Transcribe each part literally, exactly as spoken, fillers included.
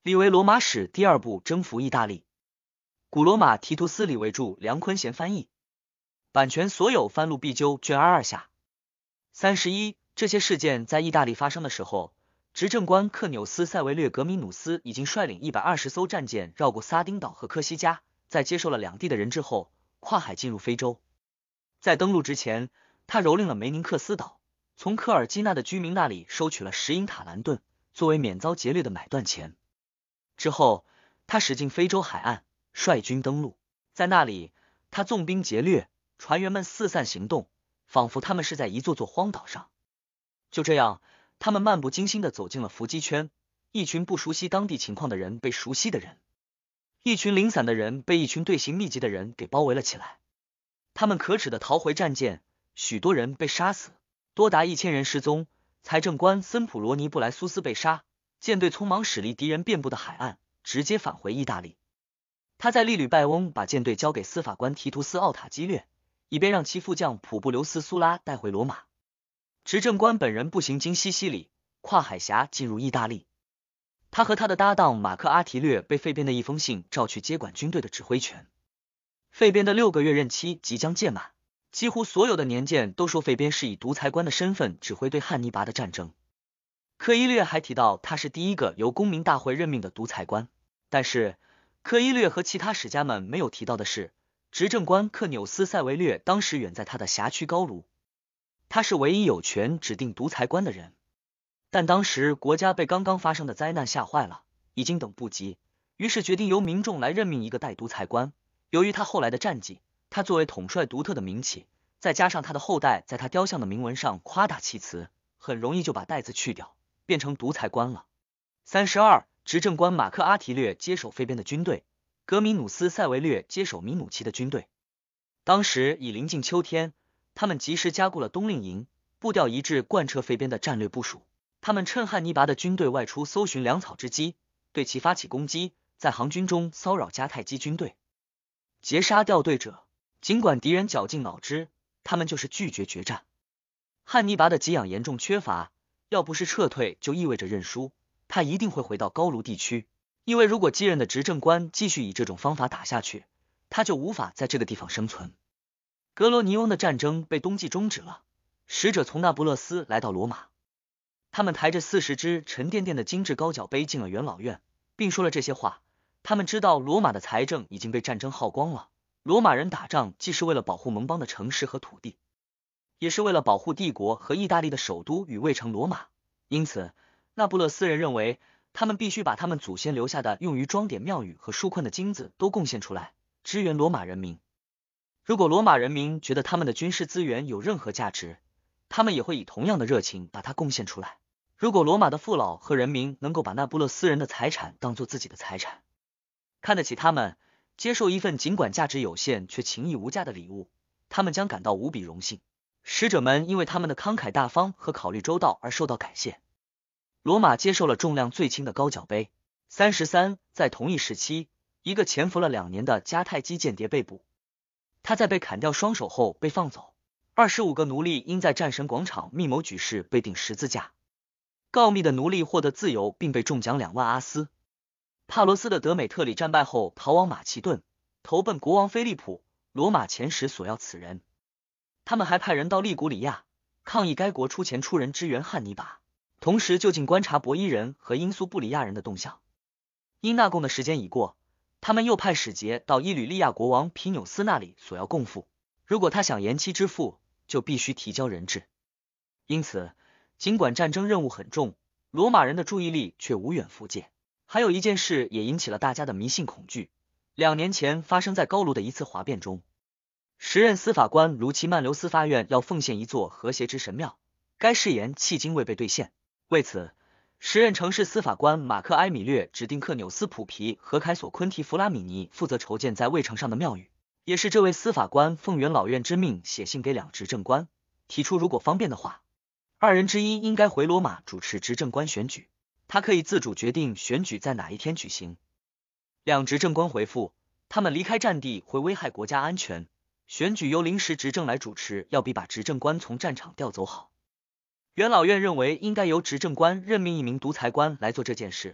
立为罗马史第二部征服意大利。古罗马提图斯李维著，梁坤贤翻译。版权所有，翻录必究，卷二二下。三十一，这些事件在意大利发生的时候，执政官克纽斯塞维略格米努斯已经率领一百二十艘战舰绕过撒丁岛和科西嘉，在接受了两地的人质后，跨海进入非洲。在登陆之前，他蹂躏了梅宁克斯岛，从科尔基纳的居民那里收取了十银塔兰顿，作为免遭劫掠的买断钱。之后，他驶进非洲海岸，率军登陆，在那里，他纵兵劫掠，船员们四散行动，仿佛他们是在一座座荒岛上。就这样，他们漫不经心地走进了伏击圈，一群不熟悉当地情况的人被熟悉的人，一群零散的人被一群队形密集的人给包围了起来。他们可耻地逃回战舰，许多人被杀死，多达一千人失踪。财政官森普罗尼布莱苏斯被杀，舰队匆忙驶离敌人遍布的海岸，直接返回意大利。他在利吕拜翁把舰队交给司法官提图斯奥塔基略，以便让其副将普布留斯苏拉带回罗马。执政官本人步行经西西里，跨海峡进入意大利。他和他的搭档马克阿提略被费边的一封信召去接管军队的指挥权。费边的六个月任期即将届满，几乎所有的年鉴都说费边是以独裁官的身份指挥对汉尼拔的战争。科伊略还提到他是第一个由公民大会任命的独裁官，但是科伊略和其他史家们没有提到的是，执政官克纽斯塞维略当时远在他的辖区高卢，他是唯一有权指定独裁官的人。但当时国家被刚刚发生的灾难吓坏了，已经等不及，于是决定由民众来任命一个代独裁官。由于他后来的战绩，他作为统帅独特的名气，再加上他的后代在他雕像的铭文上夸大其词，很容易就把代字去掉，变成独裁官了。三十二，执政官马克阿提略接手费边的军队，格米努斯塞维略接手米努奇的军队。当时已临近秋天，他们及时加固了冬令营，步调一致，贯彻费边的战略部署。他们趁汉尼拔的军队外出搜寻粮草之机，对其发起攻击，在行军中骚扰迦太基军队，截杀掉队者。尽管敌人绞尽脑汁，他们就是拒绝决战。汉尼拔的给养严重缺乏，要不是撤退就意味着认输，他一定会回到高卢地区，因为如果继任的执政官继续以这种方法打下去，他就无法在这个地方生存。格罗尼翁的战争被冬季终止了，使者从那不勒斯来到罗马，他们抬着四十只沉甸甸的精致高脚杯进了元老院，并说了这些话。他们知道罗马的财政已经被战争耗光了，罗马人打仗既是为了保护盟邦的城市和土地，也是为了保护帝国和意大利的首都与卫城罗马。因此那不勒斯人认为他们必须把他们祖先留下的用于装点庙宇和纾困的金子都贡献出来，支援罗马人民。如果罗马人民觉得他们的军事资源有任何价值，他们也会以同样的热情把它贡献出来。如果罗马的父老和人民能够把那不勒斯人的财产当作自己的财产，看得起他们，接受一份尽管价值有限却情义无价的礼物，他们将感到无比荣幸。使者们因为他们的慷慨大方和考虑周到而受到感谢。罗马接受了重量最轻的高脚杯。三十三，在同一时期，一个潜伏了两年的迦太基间谍被捕，他在被砍掉双手后被放走。二十五个奴隶因在战神广场密谋举事被钉十字架。告密的奴隶获得自由，并被重奖两万阿斯。帕罗斯的德美特里战败后逃往马其顿，投奔国王菲利普。罗马遣使索要此人，他们还派人到利古里亚抗议该国出钱出人支援汉尼拔，同时就近观察博伊人和英苏布里亚人的动向。因纳贡的时间已过，他们又派使节到伊吕利亚国王皮纽斯那里索要贡付，如果他想延期支付，就必须提交人质。因此尽管战争任务很重，罗马人的注意力却无远弗届。还有一件事也引起了大家的迷信恐惧。两年前发生在高卢的一次哗变中，时任司法官卢奇曼留斯发愿要奉献一座和谐之神庙，该誓言迄今未被兑现。为此，时任城市司法官马克埃米略指定克纽斯普皮和凯索昆提弗拉米尼负责筹建在卫城上的庙宇。也是这位司法官奉元老院之命写信给两执政官，提出如果方便的话，二人之一应该回罗马主持执政官选举，他可以自主决定选举在哪一天举行。两执政官回复，他们离开战地会危害国家安全，选举由临时执政来主持要比把执政官从战场调走好。元老院认为应该由执政官任命一名独裁官来做这件事，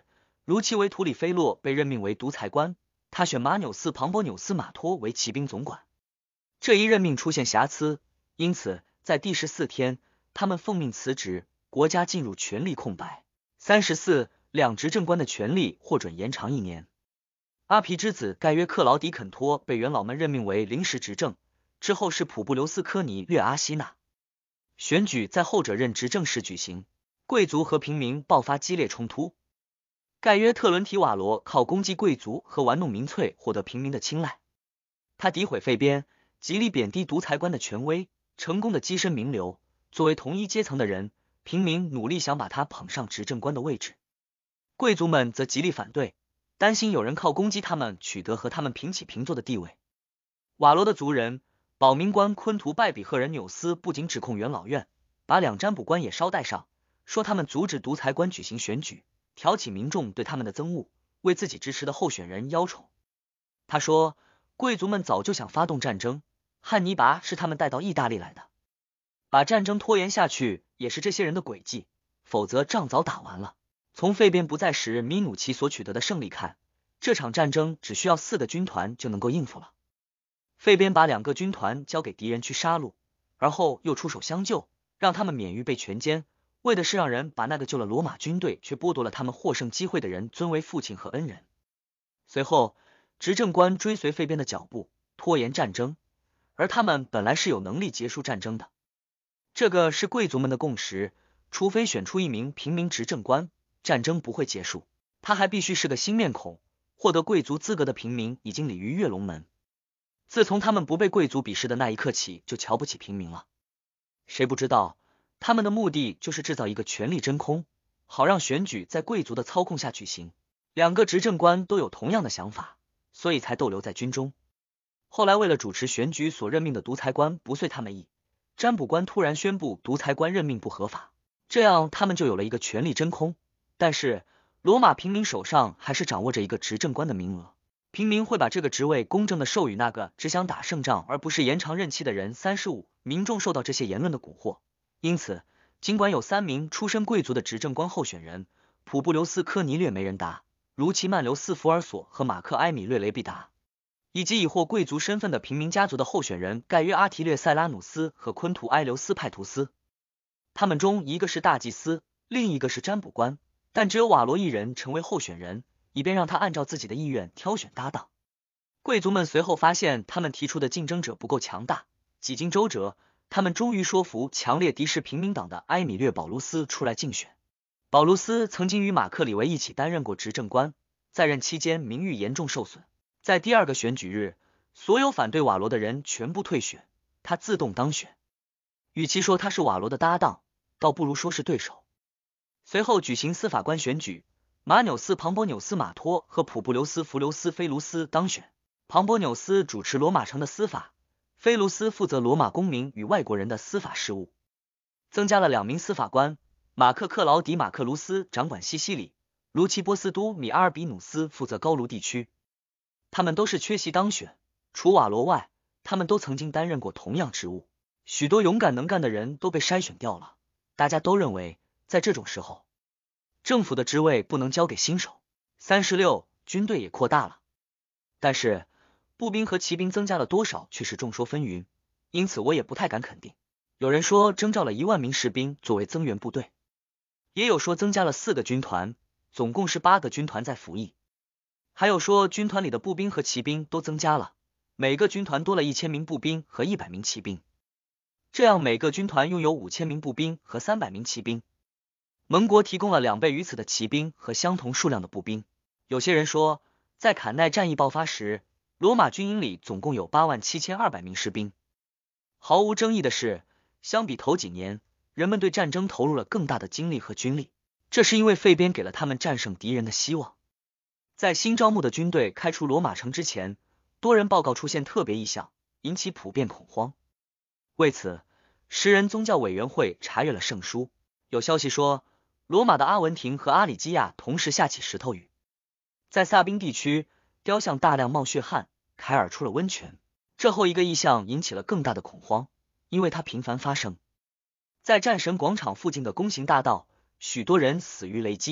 如其为图里菲洛被任命为独裁官，他选马纽斯·庞博纽斯·马托为骑兵总管。这一任命出现瑕疵，因此在第十四天，他们奉命辞职，国家进入权力空白。三十四，两执政官的权力获准延长一年。阿皮之子盖约克劳迪肯托被元老们任命为临时执政，之后是普布留斯科尼略阿西纳。选举在后者任执政时举行，贵族和平民爆发激烈冲突。盖约特伦提瓦罗靠攻击贵族和玩弄民粹获得平民的青睐，他诋毁废编，极力贬低独裁官的权威，成功的跻身名流。作为同一阶层的人，平民努力想把他捧上执政官的位置，贵族们则极力反对，担心有人靠攻击他们取得和他们平起平坐的地位。瓦罗的族人保民官昆图拜比赫人纽斯不仅指控元老院，把两占卜官也捎带上，说他们阻止独裁官举行选举，挑起民众对他们的憎恶，为自己支持的候选人邀宠。他说，贵族们早就想发动战争，汉尼拔是他们带到意大利来的，把战争拖延下去也是这些人的诡计，否则仗早打完了。从费边不在时米努奇所取得的胜利看，这场战争只需要四个军团就能够应付了。费边把两个军团交给敌人去杀戮，而后又出手相救，让他们免于被全歼，为的是让人把那个救了罗马军队却剥夺了他们获胜机会的人尊为父亲和恩人。随后，执政官追随费边的脚步，拖延战争，而他们本来是有能力结束战争的。这个是贵族们的共识，除非选出一名平民执政官，战争不会结束。他还必须是个新面孔，获得贵族资格的平民已经鲤鱼跃龙门。自从他们不被贵族鄙视的那一刻起，就瞧不起平民了。谁不知道，他们的目的就是制造一个权力真空，好让选举在贵族的操控下举行。两个执政官都有同样的想法，所以才逗留在军中。后来为了主持选举所任命的独裁官不遂他们意，占卜官突然宣布独裁官任命不合法，这样他们就有了一个权力真空。但是罗马平民手上还是掌握着一个执政官的名额，平民会把这个职位公正的授予那个只想打胜仗而不是延长任期的人。三十五，民众受到这些言论的蛊惑，因此尽管有三名出身贵族的执政官候选人，普布留斯科尼略梅人达、如其曼留斯福尔索和马克埃米略雷必达，以及已获贵族身份的平民家族的候选人盖约阿提略塞拉努斯和昆图埃留斯派图斯。他们中一个是大祭司，另一个是占卜官，但只有瓦罗一人成为候选人，以便让他按照自己的意愿挑选搭档。贵族们随后发现他们提出的竞争者不够强大，几经周折，他们终于说服强烈敌视平民党的埃米略保卢斯出来竞选。保卢斯曾经与马克里维一起担任过执政官，在任期间名誉严重受损。在第二个选举日，所有反对瓦罗的人全部退选，他自动当选。与其说他是瓦罗的搭档，倒不如说是对手。随后举行司法官选举，马纽斯·庞博纽斯·马托和普布留斯·弗留斯·菲卢斯当选。庞博纽斯主持罗马城的司法，菲卢斯负责罗马公民与外国人的司法事务。增加了两名司法官，马克·克劳迪·马克卢斯掌管西西里，卢奇波斯都米阿尔比努斯负责高卢地区。他们都是缺席当选，除瓦罗外，他们都曾经担任过同样职务。许多勇敢能干的人都被筛选掉了，大家都认为在这种时候，政府的职位不能交给新手。三十六，军队也扩大了，但是步兵和骑兵增加了多少却是众说纷纭，因此我也不太敢肯定。有人说征召了一万名士兵作为增援部队，也有说增加了四个军团，总共是八个军团在服役。还有说军团里的步兵和骑兵都增加了，每个军团多了一千名步兵和一百名骑兵，这样每个军团拥有五千名步兵和三百名骑兵。盟国提供了两倍于此的骑兵和相同数量的步兵。有些人说，在坎奈战役爆发时，罗马军营里总共有八万七千二百名士兵。毫无争议的是，相比头几年，人们对战争投入了更大的精力和军力，这是因为费边给了他们战胜敌人的希望。在新招募的军队开出罗马城之前，多人报告出现特别异象，引起普遍恐慌。为此，十人宗教委员会查阅了圣书。有消息说，罗马的阿文廷和阿里基亚同时下起石头雨。在萨宾地区，雕像大量冒血汗，凯尔出了温泉。这后一个异象引起了更大的恐慌，因为它频繁发生。在战神广场附近的弓形大道，许多人死于雷击。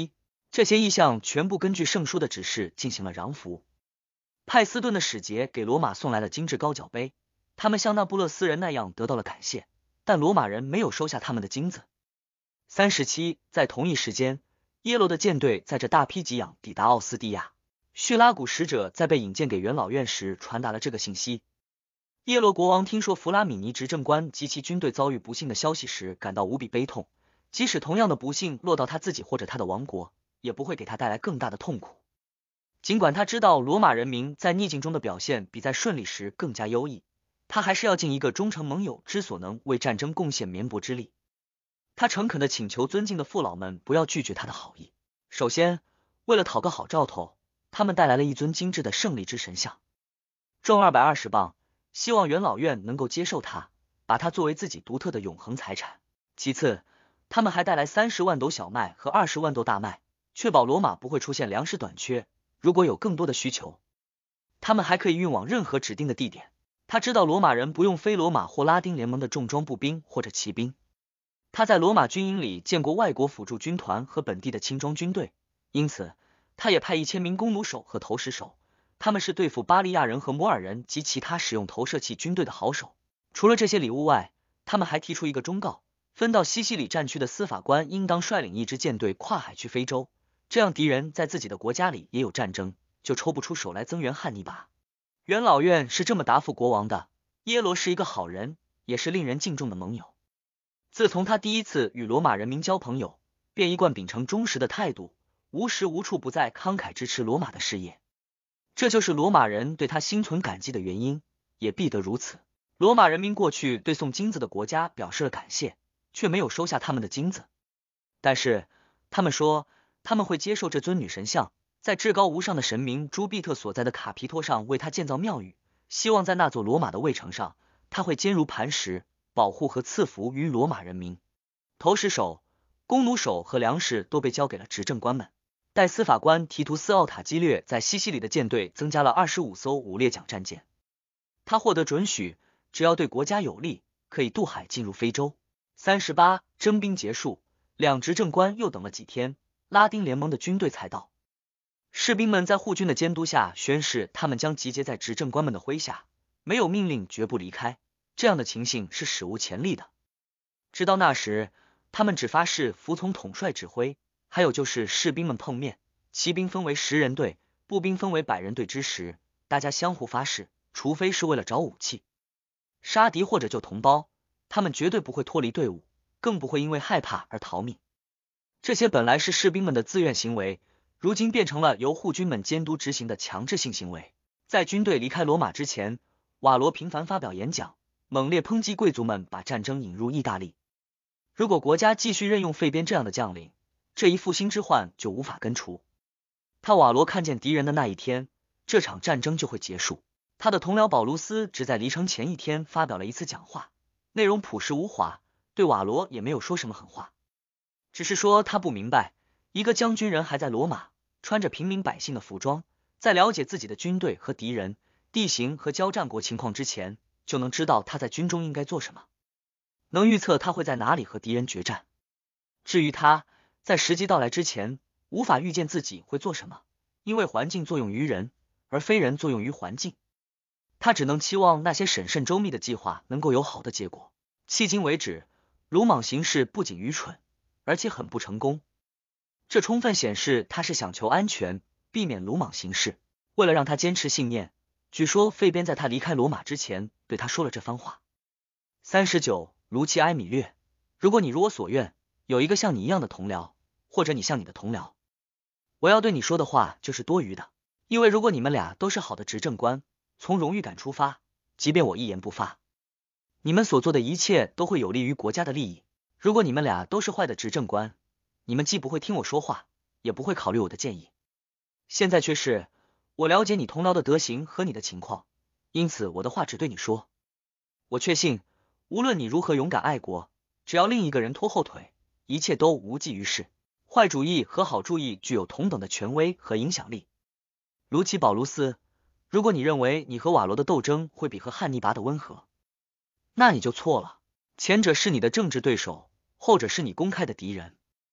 这些意象全部根据圣书的指示进行了攘服。派斯顿的使节给罗马送来了精致高脚杯，他们像那不勒斯人那样得到了感谢，但罗马人没有收下他们的金子。三十七，在同一时间，耶罗的舰队载着大批给养抵达奥斯蒂亚。叙拉古使者在被引荐给元老院时传达了这个信息。耶罗国王听说弗拉米尼执政官及其军队遭遇不幸的消息时，感到无比悲痛，即使同样的不幸落到他自己或者他的王国，也不会给他带来更大的痛苦。尽管他知道罗马人民在逆境中的表现比在顺利时更加优异，他还是要尽一个忠诚盟友之所能，为战争贡献绵薄之力。他诚恳地请求尊敬的父老们不要拒绝他的好意。首先，为了讨个好兆头，他们带来了一尊精致的胜利之神像，重二百二十磅，希望元老院能够接受它，把它作为自己独特的永恒财产。其次，他们还带来三十万斗小麦和二十万斗大麦，确保罗马不会出现粮食短缺。如果有更多的需求，他们还可以运往任何指定的地点。他知道罗马人不用非罗马或拉丁联盟的重装步兵或者骑兵，他在罗马军营里见过外国辅助军团和本地的轻装军队，因此他也派一千名弓弩手和投石手，他们是对付巴利亚人和摩尔人及其他使用投射器军队的好手。除了这些礼物外，他们还提出一个忠告，分到西西里战区的司法官应当率领一支舰队跨海去非洲，这样敌人在自己的国家里也有战争，就抽不出手来增援汉尼拔。元老院是这么答复国王的：耶罗是一个好人，也是令人敬重的盟友。自从他第一次与罗马人民交朋友，便一贯秉承忠实的态度，无时无处不在慷慨支持罗马的事业。这就是罗马人对他心存感激的原因，也必得如此。罗马人民过去对送金子的国家表示了感谢，却没有收下他们的金子。但是他们说他们会接受这尊女神像，在至高无上的神明朱庇特所在的卡皮托上为他建造庙宇，希望在那座罗马的卫城上，他会坚如磐石，保护和赐福于罗马人民。投石手、弓弩手和粮食都被交给了执政官们。待司法官提图斯奥塔基略在西西里的舰队增加了二十五艘五列桨战舰，他获得准许，只要对国家有利，可以渡海进入非洲。三十八，征兵结束，两执政官又等了几天，拉丁联盟的军队才到。士兵们在护军的监督下宣誓，他们将集结在执政官们的麾下，没有命令绝不离开。这样的情形是史无前例的。直到那时，他们只发誓服从统帅指挥。还有就是士兵们碰面，骑兵分为十人队，步兵分为百人队之时，大家相互发誓，除非是为了找武器、杀敌或者救同胞，他们绝对不会脱离队伍，更不会因为害怕而逃命。这些本来是士兵们的自愿行为，如今变成了由护军们监督执行的强制性行为。在军队离开罗马之前，瓦罗频繁发表演讲，猛烈抨击贵族们把战争引入意大利。如果国家继续任用费边这样的将领，这一复兴之患就无法根除。他瓦罗看见敌人的那一天，这场战争就会结束。他的同僚保卢斯只在离城前一天发表了一次讲话，内容朴实无华，对瓦罗也没有说什么狠话，只是说他不明白，一个将军人还在罗马，穿着平民百姓的服装，在了解自己的军队和敌人、地形和交战国情况之前，就能知道他在军中应该做什么，能预测他会在哪里和敌人决战。至于他，在时机到来之前，无法预见自己会做什么，因为环境作用于人，而非人作用于环境。他只能期望那些审慎周密的计划能够有好的结果。迄今为止，鲁莽行事不仅愚蠢，而且很不成功。这充分显示他是想求安全，避免鲁莽行事。为了让他坚持信念，据说费边在他离开罗马之前对他说了这番话。三十九，卢奇埃米略，如果你如我所愿，有一个像你一样的同僚，或者你像你的同僚，我要对你说的话就是多余的，因为如果你们俩都是好的执政官，从荣誉感出发，即便我一言不发，你们所做的一切都会有利于国家的利益。如果你们俩都是坏的执政官，你们既不会听我说话，也不会考虑我的建议。现在却是，我了解你同僚的德行和你的情况，因此我的话只对你说。我确信，无论你如何勇敢爱国，只要另一个人拖后腿，一切都无济于事。坏主意和好主意具有同等的权威和影响力。卢奇保卢斯，如果你认为你和瓦罗的斗争会比和汉尼拔的温和，那你就错了。前者是你的政治对手，后者是你公开的敌人。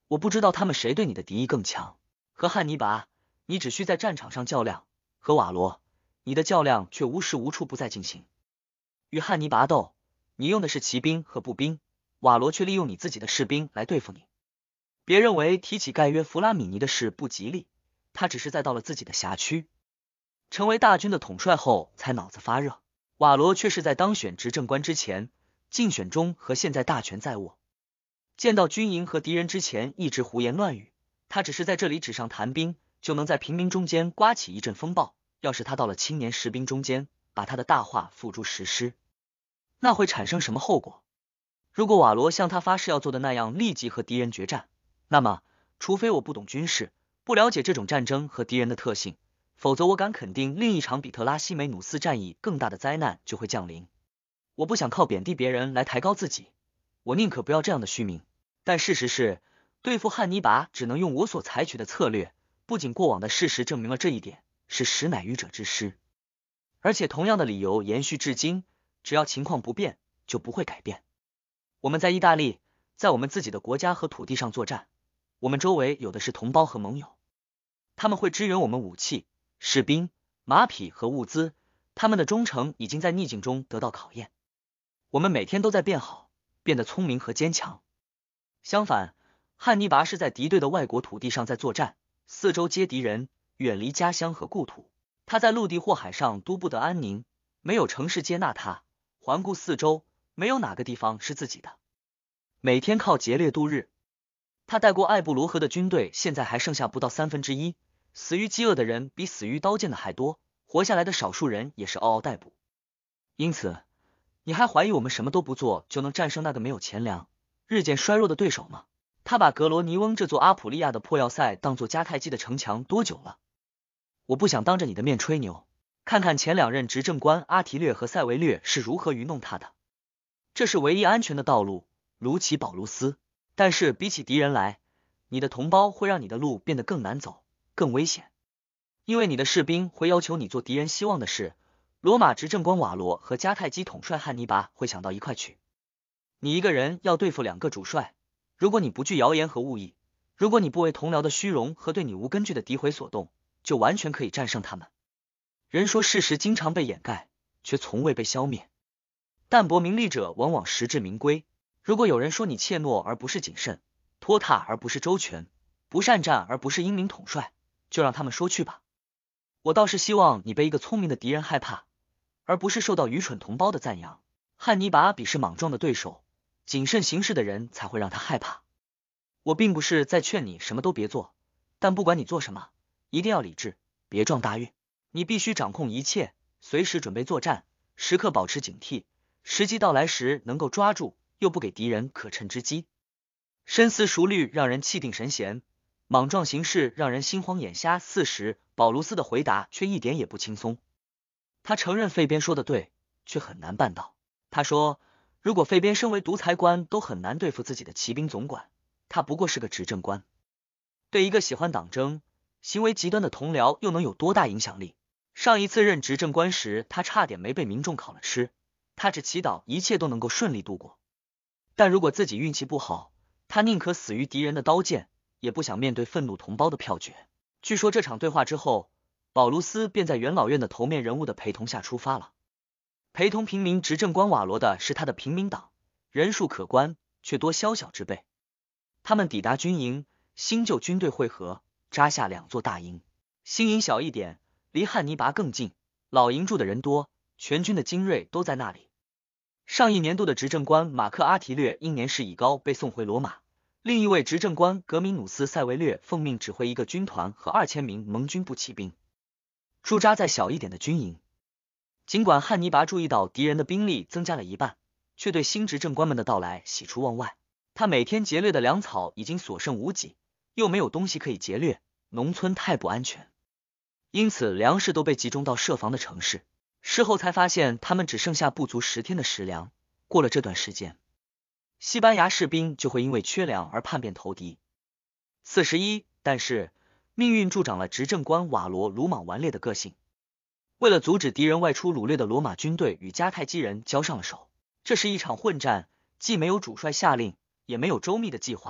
我不知道他们谁对你的敌意更强。和汉尼拔，你只需在战场上较量；和瓦罗，你的较量却无时无处不在进行。与汉尼拔斗，你用的是骑兵和步兵，瓦罗却利用你自己的士兵来对付你。别认为提起盖约·弗拉米尼的事不吉利，他只是在到了自己的辖区，成为大军的统帅后才脑子发热。瓦罗却是在当选执政官之前，竞选中和现在大权在握。见到军营和敌人之前一直胡言乱语，他只是在这里纸上谈兵，就能在平民中间刮起一阵风暴。要是他到了青年士兵中间，把他的大话付诸实施，那会产生什么后果？如果瓦罗像他发誓要做的那样立即和敌人决战，那么除非我不懂军事，不了解这种战争和敌人的特性，否则我敢肯定另一场比特拉西梅努斯战役更大的灾难就会降临。我不想靠贬低别人来抬高自己，我宁可不要这样的虚名。但事实是，对付汉尼拔只能用我所采取的策略，不仅过往的事实证明了这一点，是实乃愚者之师，而且同样的理由延续至今，只要情况不变，就不会改变。我们在意大利，在我们自己的国家和土地上作战，我们周围有的是同胞和盟友，他们会支援我们武器、士兵、马匹和物资，他们的忠诚已经在逆境中得到考验。我们每天都在变好，变得聪明和坚强。相反，汉尼拔是在敌对的外国土地上在作战，四周皆敌人，远离家乡和故土。他在陆地或海上都不得安宁，没有城市接纳他，环顾四周，没有哪个地方是自己的，每天靠劫掠度日。他带过艾布罗河的军队现在还剩下不到三分之一，死于饥饿的人比死于刀剑的还多，活下来的少数人也是嗷嗷待哺。因此，你还怀疑我们什么都不做就能战胜那个没有钱粮、日渐衰弱的对手吗？他把格罗尼翁这座阿普利亚的破要塞当作迦太基的城墙多久了？我不想当着你的面吹牛，看看前两任执政官阿提略和塞维略是如何愚弄他的。这是唯一安全的道路，卢奇保卢斯。但是比起敌人来，你的同胞会让你的路变得更难走，更危险，因为你的士兵会要求你做敌人希望的事。罗马执政官瓦罗和迦太基统帅汉尼拔会想到一块去。你一个人要对付两个主帅，如果你不惧谣言和误议，如果你不为同僚的虚荣和对你无根据的诋毁所动，就完全可以战胜他们。人说事实经常被掩盖，却从未被消灭。淡泊名利者往往实至名归。如果有人说你怯懦而不是谨慎，拖沓而不是周全，不善战而不是英明统帅，就让他们说去吧。我倒是希望你被一个聪明的敌人害怕，而不是受到愚蠢同胞的赞扬。汉尼拔比是莽撞的对手，谨慎行事的人才会让他害怕。我并不是在劝你什么都别做，但不管你做什么，一定要理智，别撞大运。你必须掌控一切，随时准备作战，时刻保持警惕，时机到来时能够抓住，又不给敌人可乘之机。深思熟虑让人气定神闲，莽撞行事让人心慌眼瞎。四十，保卢斯的回答却一点也不轻松。他承认费边说的对，却很难办到。他说，如果费边身为独裁官都很难对付自己的骑兵总管，他不过是个执政官，对一个喜欢党争、行为极端的同僚又能有多大影响力？上一次任执政官时，他差点没被民众烤了吃，他只祈祷一切都能够顺利度过。但如果自己运气不好，他宁可死于敌人的刀剑，也不想面对愤怒同胞的票决。据说这场对话之后，保卢斯便在元老院的头面人物的陪同下出发了。陪同平民执政官瓦罗的是他的平民党，人数可观，却多宵小之辈。他们抵达军营，新旧军队会合，扎下两座大营。新营小一点，离汉尼拔更近，老营住的人多，全军的精锐都在那里。上一年度的执政官马克阿提略因年事已高被送回罗马，另一位执政官格米努斯塞维略奉命指挥一个军团和二千名盟军步骑兵，驻扎在小一点的军营。尽管汉尼拔注意到敌人的兵力增加了一半，却对新执政官们的到来喜出望外。他每天劫掠的粮草已经所剩无几，又没有东西可以劫掠，农村太不安全，因此粮食都被集中到设防的城市。事后才发现他们只剩下不足十天的食粮，过了这段时间，西班牙士兵就会因为缺粮而叛变投敌。四十一，但是命运助长了执政官瓦罗鲁莽顽劣的个性。为了阻止敌人外出掳掠的罗马军队与迦太基人交上了手。这是一场混战，既没有主帅下令，也没有周密的计划，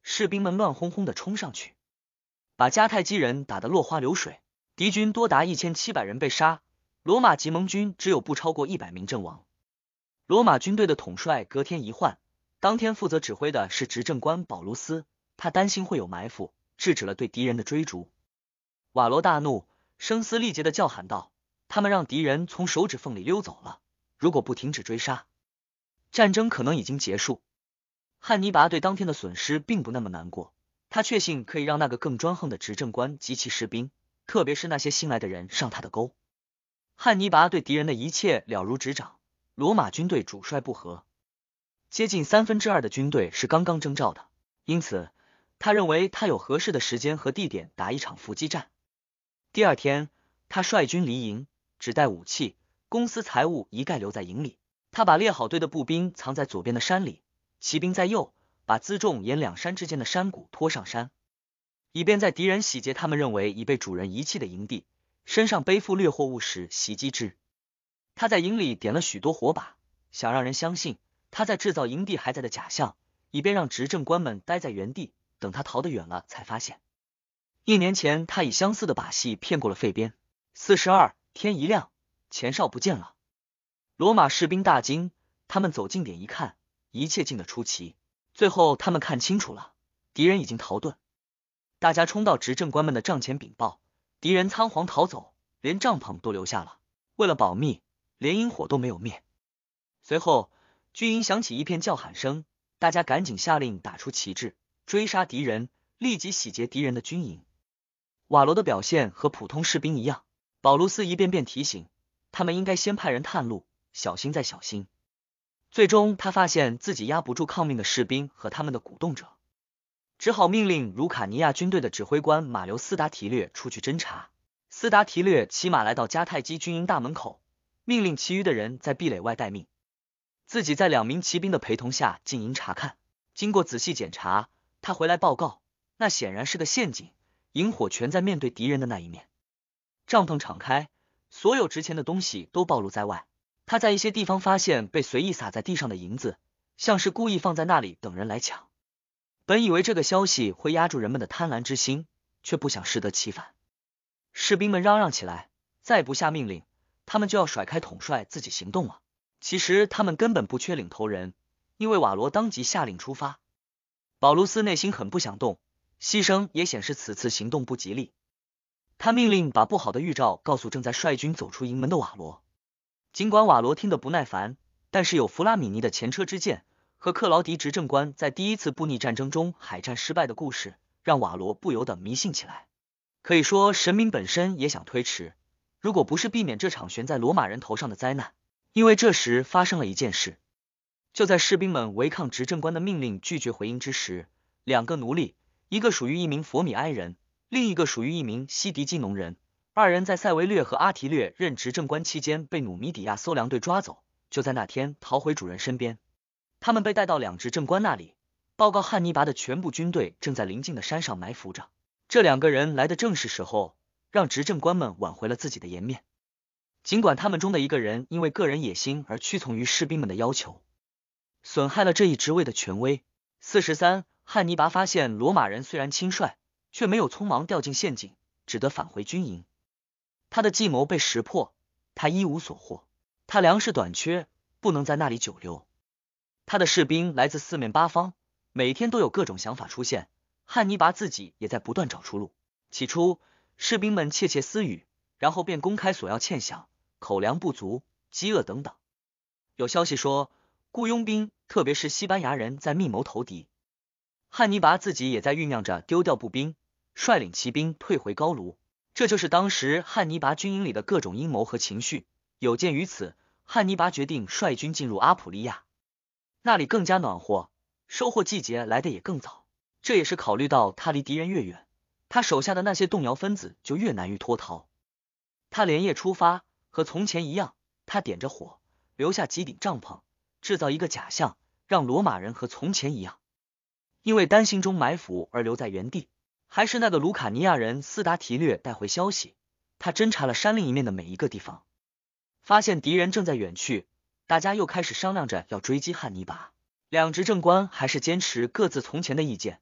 士兵们乱哄哄的冲上去，把迦太基人打得落花流水，敌军多达一千七百人被杀，罗马及盟军只有不超过一百名阵亡。罗马军队的统帅隔天一换，当天负责指挥的是执政官保卢斯，他担心会有埋伏，制止了对敌人的追逐。瓦罗大怒，声嘶力竭的叫喊道：他们让敌人从手指缝里溜走了，如果不停止追杀，战争可能已经结束。汉尼拔对当天的损失并不那么难过，他确信可以让那个更专横的执政官及其士兵，特别是那些新来的人上他的钩。汉尼拔对敌人的一切了如指掌，罗马军队主帅不和，接近三分之二的军队是刚刚征召的，因此他认为他有合适的时间和地点打一场伏击战。第二天，他率军离营，只带武器，公司财物一概留在营里。他把列好队的步兵藏在左边的山里，骑兵在右，把辎重沿两山之间的山谷拖上山，以便在敌人洗劫他们认为已被主人遗弃的营地，身上背负掠货物时袭击之。他在营里点了许多火把，想让人相信他在制造营地还在的假象，以便让执政官们待在原地，等他逃得远了才发现。一年前他以相似的把戏骗过了费边。四十二天一亮，前哨不见了，罗马士兵大惊，他们走近点一看，一切静得出奇。最后他们看清楚了，敌人已经逃遁。大家冲到执政官们的帐前禀报，敌人仓皇逃走，连帐篷都留下了，为了保密，连营火都没有灭。随后军营响起一片叫喊声，大家赶紧下令打出旗帜，追杀敌人，立即洗劫敌人的军营。瓦罗的表现和普通士兵一样，保卢斯一遍遍提醒他们应该先派人探路，小心再小心。最终他发现自己压不住抗命的士兵和他们的鼓动者，只好命令卢卡尼亚军队的指挥官马留斯达提略出去侦查。斯达提略骑马来到迦太基军营大门口，命令其余的人在壁垒外待命，自己在两名骑兵的陪同下进营查看。经过仔细检查，他回来报告，那显然是个陷阱，营火全在面对敌人的那一面。帐篷敞开，所有值钱的东西都暴露在外。他在一些地方发现被随意撒在地上的银子，像是故意放在那里等人来抢。本以为这个消息会压住人们的贪婪之心，却不想适得其反。士兵们嚷嚷起来，再不下命令，他们就要甩开统帅自己行动了。其实他们根本不缺领头人，因为瓦罗当即下令出发。保卢斯内心很不想动，牺牲也显示此次行动不吉利。他命令把不好的预兆告诉正在率军走出营门的瓦罗。尽管瓦罗听得不耐烦，但是有弗拉米尼的前车之鉴和克劳迪执政官在第一次布匿战争中海战失败的故事，让瓦罗不由得迷信起来。可以说神明本身也想推迟，如果不是避免这场悬在罗马人头上的灾难。因为这时发生了一件事，就在士兵们违抗执政官的命令拒绝回营之时，两个奴隶，一个属于一名佛米埃人，另一个属于一名西迪基农人，二人在塞维略和阿提略任执政官期间被努米底亚搜粮队抓走，就在那天逃回主人身边。他们被带到两执政官那里，报告汉尼拔的全部军队正在邻近的山上埋伏着。这两个人来的正是时候，让执政官们挽回了自己的颜面。尽管他们中的一个人因为个人野心而屈从于士兵们的要求，损害了这一职位的权威。四十三，汉尼拔发现罗马人虽然轻率，却没有匆忙掉进陷阱，只得返回军营。他的计谋被识破，他一无所获，他粮食短缺，不能在那里久留。他的士兵来自四面八方，每天都有各种想法出现，汉尼拔自己也在不断找出路。起初士兵们窃窃私语，然后便公开索要欠饷，口粮不足，饥饿等等。有消息说雇佣兵，特别是西班牙人在密谋投敌。汉尼拔自己也在酝酿着丢掉步兵，率领骑兵退回高卢。这就是当时汉尼拔军营里的各种阴谋和情绪。有鉴于此，汉尼拔决定率军进入阿普利亚，那里更加暖和，收获季节来得也更早。这也是考虑到他离敌人越远，他手下的那些动摇分子就越难于脱逃。他连夜出发，和从前一样，他点着火，留下几顶帐篷，制造一个假象，让罗马人和从前一样，因为担心中埋伏而留在原地。还是那个卢卡尼亚人斯达提略带回消息，他侦查了山另一面的每一个地方，发现敌人正在远去，大家又开始商量着要追击汉尼拔。两执政官还是坚持各自从前的意见，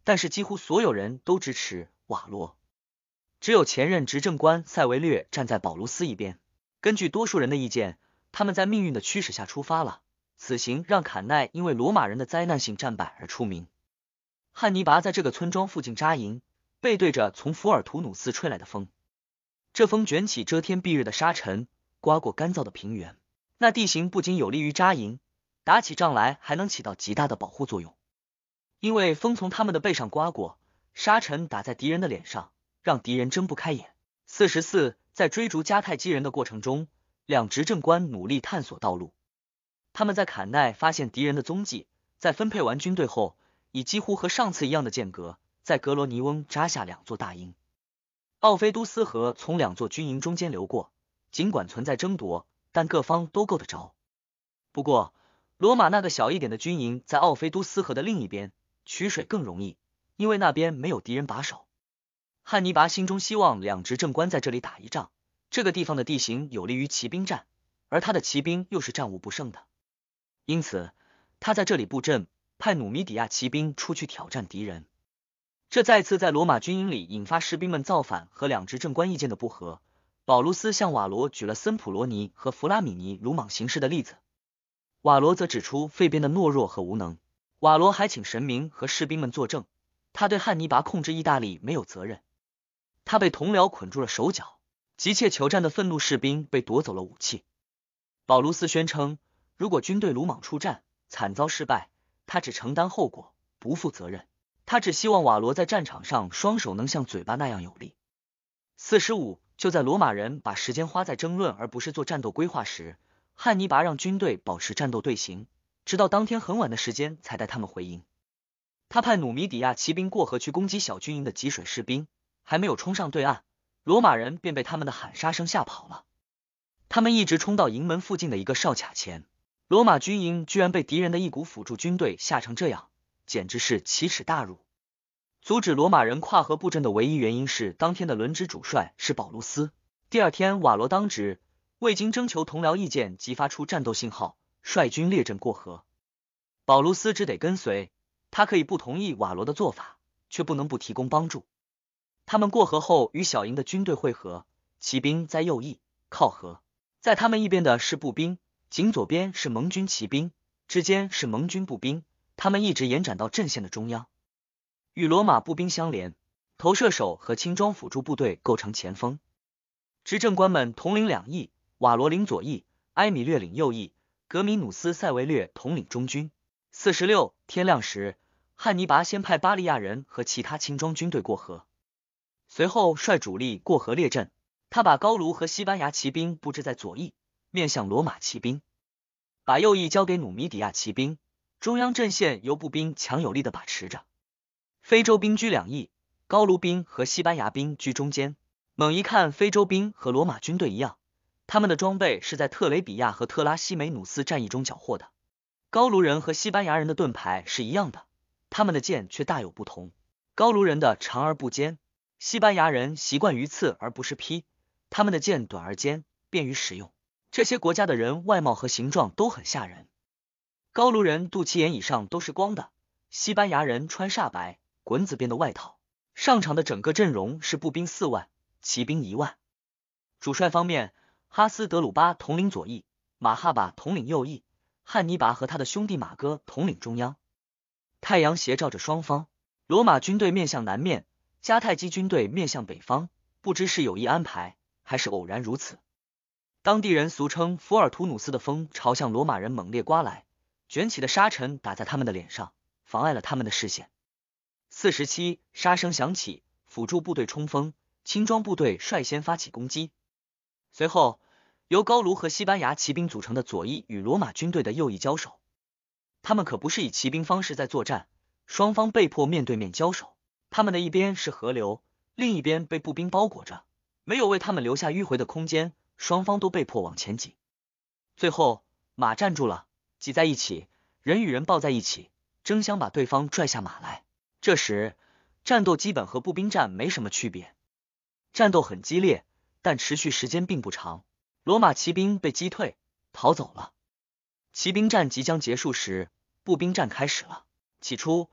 但是几乎所有人都支持瓦罗，只有前任执政官塞维略站在保卢斯一边。根据多数人的意见，他们在命运的驱使下出发了。此行让坎奈因为罗马人的灾难性战败而出名。汉尼拔在这个村庄附近扎营，背对着从福尔图努斯吹来的风，这风卷起遮天蔽日的沙尘，刮过干燥的平原。那地形不仅有利于扎营，打起仗来还能起到极大的保护作用。因为风从他们的背上刮过，沙尘打在敌人的脸上，让敌人睁不开眼。四十四，在追逐迦太基人的过程中，两执政官努力探索道路。他们在坎奈发现敌人的踪迹，在分配完军队后，以几乎和上次一样的间隔，在格罗尼翁扎下两座大营。奥菲都斯河从两座军营中间流过，尽管存在争夺，但各方都够得着。不过，罗马那个小一点的军营在奥菲都斯河的另一边，取水更容易，因为那边没有敌人把守。汉尼拔心中希望两执政官在这里打一仗，这个地方的地形有利于骑兵战，而他的骑兵又是战无不胜的，因此他在这里布阵，派努米底亚骑兵出去挑战敌人。这再次在罗马军营里引发士兵们造反和两执政官意见的不合。保卢斯向瓦罗举了森普罗尼和弗拉米尼鲁莽行事的例子，瓦罗则指出费边的懦弱和无能。瓦罗还请神明和士兵们作证，他对汉尼拔控制意大利没有责任。他被同僚捆住了手脚，急切求战的愤怒士兵被夺走了武器。保卢斯宣称，如果军队鲁莽出战，惨遭失败，他只承担后果，不负责任。他只希望瓦罗在战场上双手能像嘴巴那样有力。四十五，就在罗马人把时间花在争论而不是做战斗规划时，汉尼拔让军队保持战斗队形，直到当天很晚的时间才带他们回营。他派努米底亚骑兵过河去攻击小军营的汲水士兵，还没有冲上对岸，罗马人便被他们的喊杀声吓跑了。他们一直冲到营门附近的一个哨卡前，罗马军营居然被敌人的一股辅助军队吓成这样，简直是奇耻大辱。阻止罗马人跨河布阵的唯一原因是当天的轮值主帅是保卢斯。第二天瓦罗当值，未经征求同僚意见即发出战斗信号，率军列阵过河。保卢斯只得跟随，他可以不同意瓦罗的做法，却不能不提供帮助。他们过河后与小营的军队会合，骑兵在右翼靠河，在他们一边的是步兵，紧左边是盟军骑兵，之间是盟军步兵，他们一直延展到阵线的中央，与罗马步兵相连，投射手和轻装辅助部队构成前锋。执政官们统领两翼，瓦罗领左翼，埃米略领右翼，格米努斯塞维略统领中军。四十六，天亮时，汉尼拔先派巴利亚人和其他轻装军队过河，随后率主力过河列阵。他把高卢和西班牙骑兵布置在左翼，面向罗马骑兵，把右翼交给努米底亚骑兵，中央阵线由步兵强有力的把持着。非洲兵居两翼，高卢兵和西班牙兵居中间。猛一看，非洲兵和罗马军队一样，他们的装备是在特雷比亚和特拉西梅努斯战役中缴获的。高卢人和西班牙人的盾牌是一样的，他们的剑却大有不同。高卢人的长而不尖，西班牙人习惯于刺而不是劈，他们的剑短而尖，便于使用。这些国家的人外貌和形状都很吓人。高卢人肚脐眼以上都是光的，西班牙人穿煞白滚子边的外套。上场的整个阵容是步兵四万，骑兵一万。主帅方面，哈斯德鲁巴统领左翼，马哈巴统领右翼，汉尼拔和他的兄弟马哥统领中央。太阳斜照着双方，罗马军队面向南面，迦太基军队面向北方，不知是有意安排还是偶然如此。当地人俗称福尔图努斯的风朝向罗马人猛烈刮来，卷起的沙尘打在他们的脸上，妨碍了他们的视线。四十七，杀声响起，辅助部队冲锋，轻装部队率先发起攻击。随后，由高卢和西班牙骑兵组成的左翼与罗马军队的右翼交手。他们可不是以骑兵方式在作战，双方被迫面对面交手。他们的一边是河流，另一边被步兵包裹着，没有为他们留下迂回的空间，双方都被迫往前挤。最后，马站住了，挤在一起，人与人抱在一起，争相把对方拽下马来。这时，战斗基本和步兵战没什么区别。战斗很激烈，但持续时间并不长。罗马骑兵被击退，逃走了。骑兵战即将结束时，步兵战开始了。起初，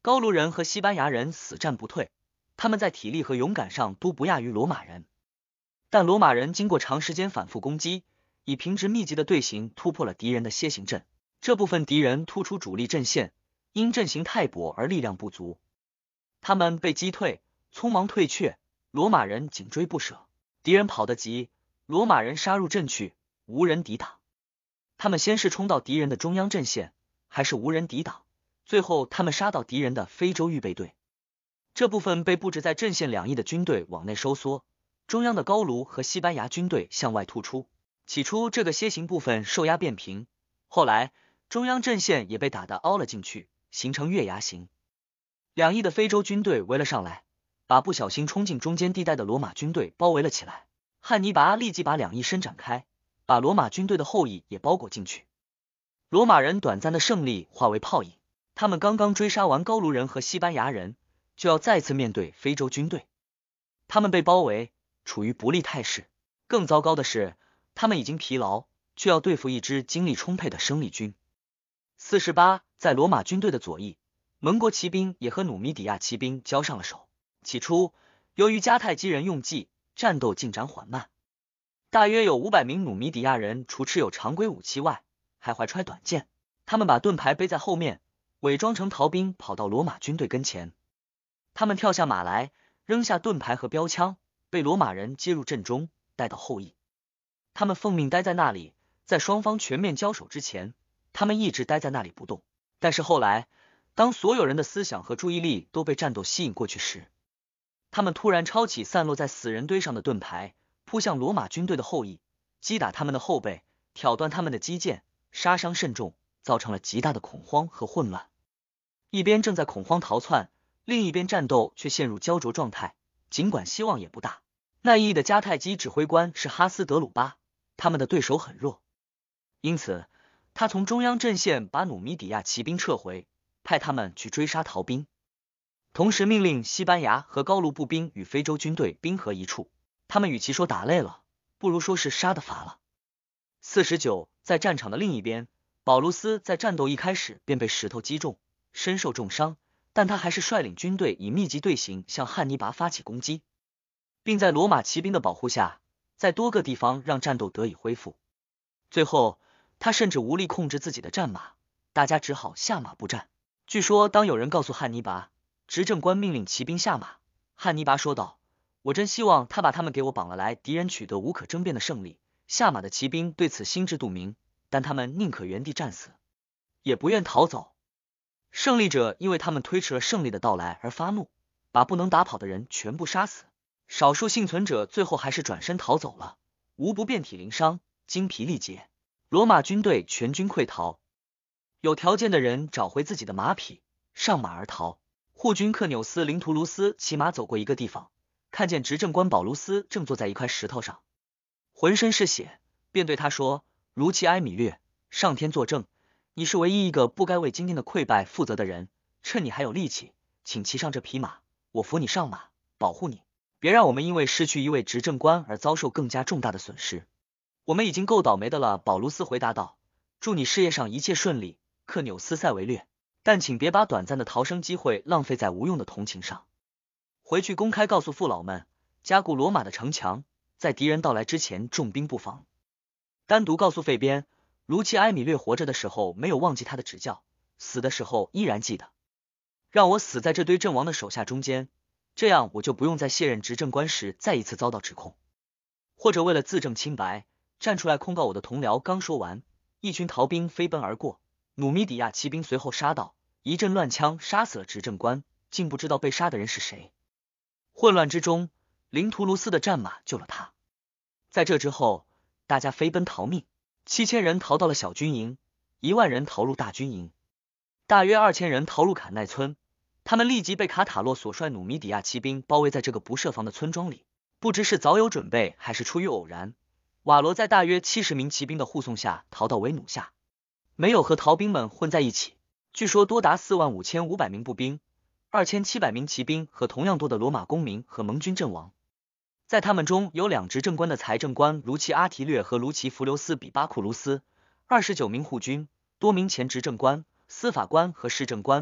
高卢人和西班牙人死战不退，他们在体力和勇敢上都不亚于罗马人。但罗马人经过长时间反复攻击，以平直密集的队形突破了敌人的楔形阵。这部分敌人突出主力阵线，因阵型太薄而力量不足，他们被击退，匆忙退却，罗马人紧追不舍。敌人跑得急，罗马人杀入阵去，无人抵挡。他们先是冲到敌人的中央阵线，还是无人抵挡，最后他们杀到敌人的非洲预备队。这部分被布置在阵线两翼的军队往内收缩，中央的高卢和西班牙军队向外突出。起初这个楔形部分受压变平，后来中央阵线也被打得凹了进去，形成月牙形。两翼的非洲军队围了上来，把不小心冲进中间地带的罗马军队包围了起来。汉尼拔立即把两翼伸展开，把罗马军队的后翼也包裹进去。罗马人短暂的胜利化为泡影，他们刚刚追杀完高卢人和西班牙人，就要再次面对非洲军队。他们被包围，处于不利态势。更糟糕的是，他们已经疲劳，却要对付一支精力充沛的生力军。四十八，在罗马军队的左翼，蒙国骑兵也和努米底亚骑兵交上了手。起初，由于迦太基人用计，战斗进展缓慢。大约有五百名努米底亚人，除持有常规武器外，还怀揣短剑。他们把盾牌背在后面，伪装成逃兵，跑到罗马军队跟前。他们跳下马来，扔下盾牌和标枪，被罗马人接入阵中，带到后翼。他们奉命待在那里，在双方全面交手之前，他们一直待在那里不动。但是后来，当所有人的思想和注意力都被战斗吸引过去时，他们突然抄起散落在死人堆上的盾牌，扑向罗马军队的后翼，击打他们的后背，挑断他们的肌腱，杀伤甚重，造成了极大的恐慌和混乱。一边正在恐慌逃窜，另一边战斗却陷入焦灼状态，尽管希望也不大。那一翼的迦太基指挥官是哈斯德鲁巴，他们的对手很弱，因此他从中央阵线把努米底亚骑兵撤回，派他们去追杀逃兵，同时命令西班牙和高卢步兵与非洲军队兵合一处。他们与其说打累了，不如说是杀得乏了。四十九，在战场的另一边，保卢斯在战斗一开始便被石头击中，身受重伤，但他还是率领军队以密集队形向汉尼拔发起攻击，并在罗马骑兵的保护下，在多个地方让战斗得以恢复。最后，他甚至无力控制自己的战马，大家只好下马布战。据说，当有人告诉汉尼拔，执政官命令骑兵下马，汉尼拔说道：“我真希望他把他们给我绑了来，敌人取得无可争辩的胜利。”下马的骑兵对此心知肚明，但他们宁可原地战死，也不愿逃走。胜利者因为他们推迟了胜利的到来而发怒，把不能打跑的人全部杀死。少数幸存者最后还是转身逃走了，无不遍体鳞伤，精疲力竭。罗马军队全军溃逃，有条件的人找回自己的马匹，上马而逃。护军克纽斯·林图卢斯骑马走过一个地方，看见执政官保卢斯正坐在一块石头上，浑身是血，便对他说：“卢奇埃米略，上天作证，你是唯一一个不该为今天的溃败负责的人。趁你还有力气，请骑上这匹马，我扶你上马，保护你，别让我们因为失去一位执政官而遭受更加重大的损失。我们已经够倒霉的了。”保卢斯回答道：“祝你事业上一切顺利，克纽斯塞维略，但请别把短暂的逃生机会浪费在无用的同情上。回去公开告诉父老们，加固罗马的城墙，在敌人到来之前重兵布防。单独告诉费边，卢奇埃米略活着的时候没有忘记他的指教，死的时候依然记得。让我死在这堆阵亡的手下中间，这样我就不用在卸任执政官时再一次遭到指控，或者为了自证清白，站出来控告我的同僚。”刚说完，一群逃兵飞奔而过，努米底亚骑兵随后杀到，一阵乱枪杀死了执政官，竟不知道被杀的人是谁。混乱之中，林图卢斯的战马救了他。在这之后，大家飞奔逃命，七千人逃到了小军营，一万人逃入大军营，大约二千人逃入坎奈村。他们立即被卡塔洛所率努米底亚骑兵包围在这个不设防的村庄里。不知是早有准备还是出于偶然，瓦罗在大约七十名骑兵的护送下逃到维努下，没有和逃兵们混在一起。据说多达四万五千五百名步兵，二千七百名骑兵和同样多的罗马公民和盟军阵亡。在他们中有两执政官的财政官卢奇阿提略和卢奇弗留斯比巴库卢斯，二十九名护军，多名前执政官、司法官和市政官，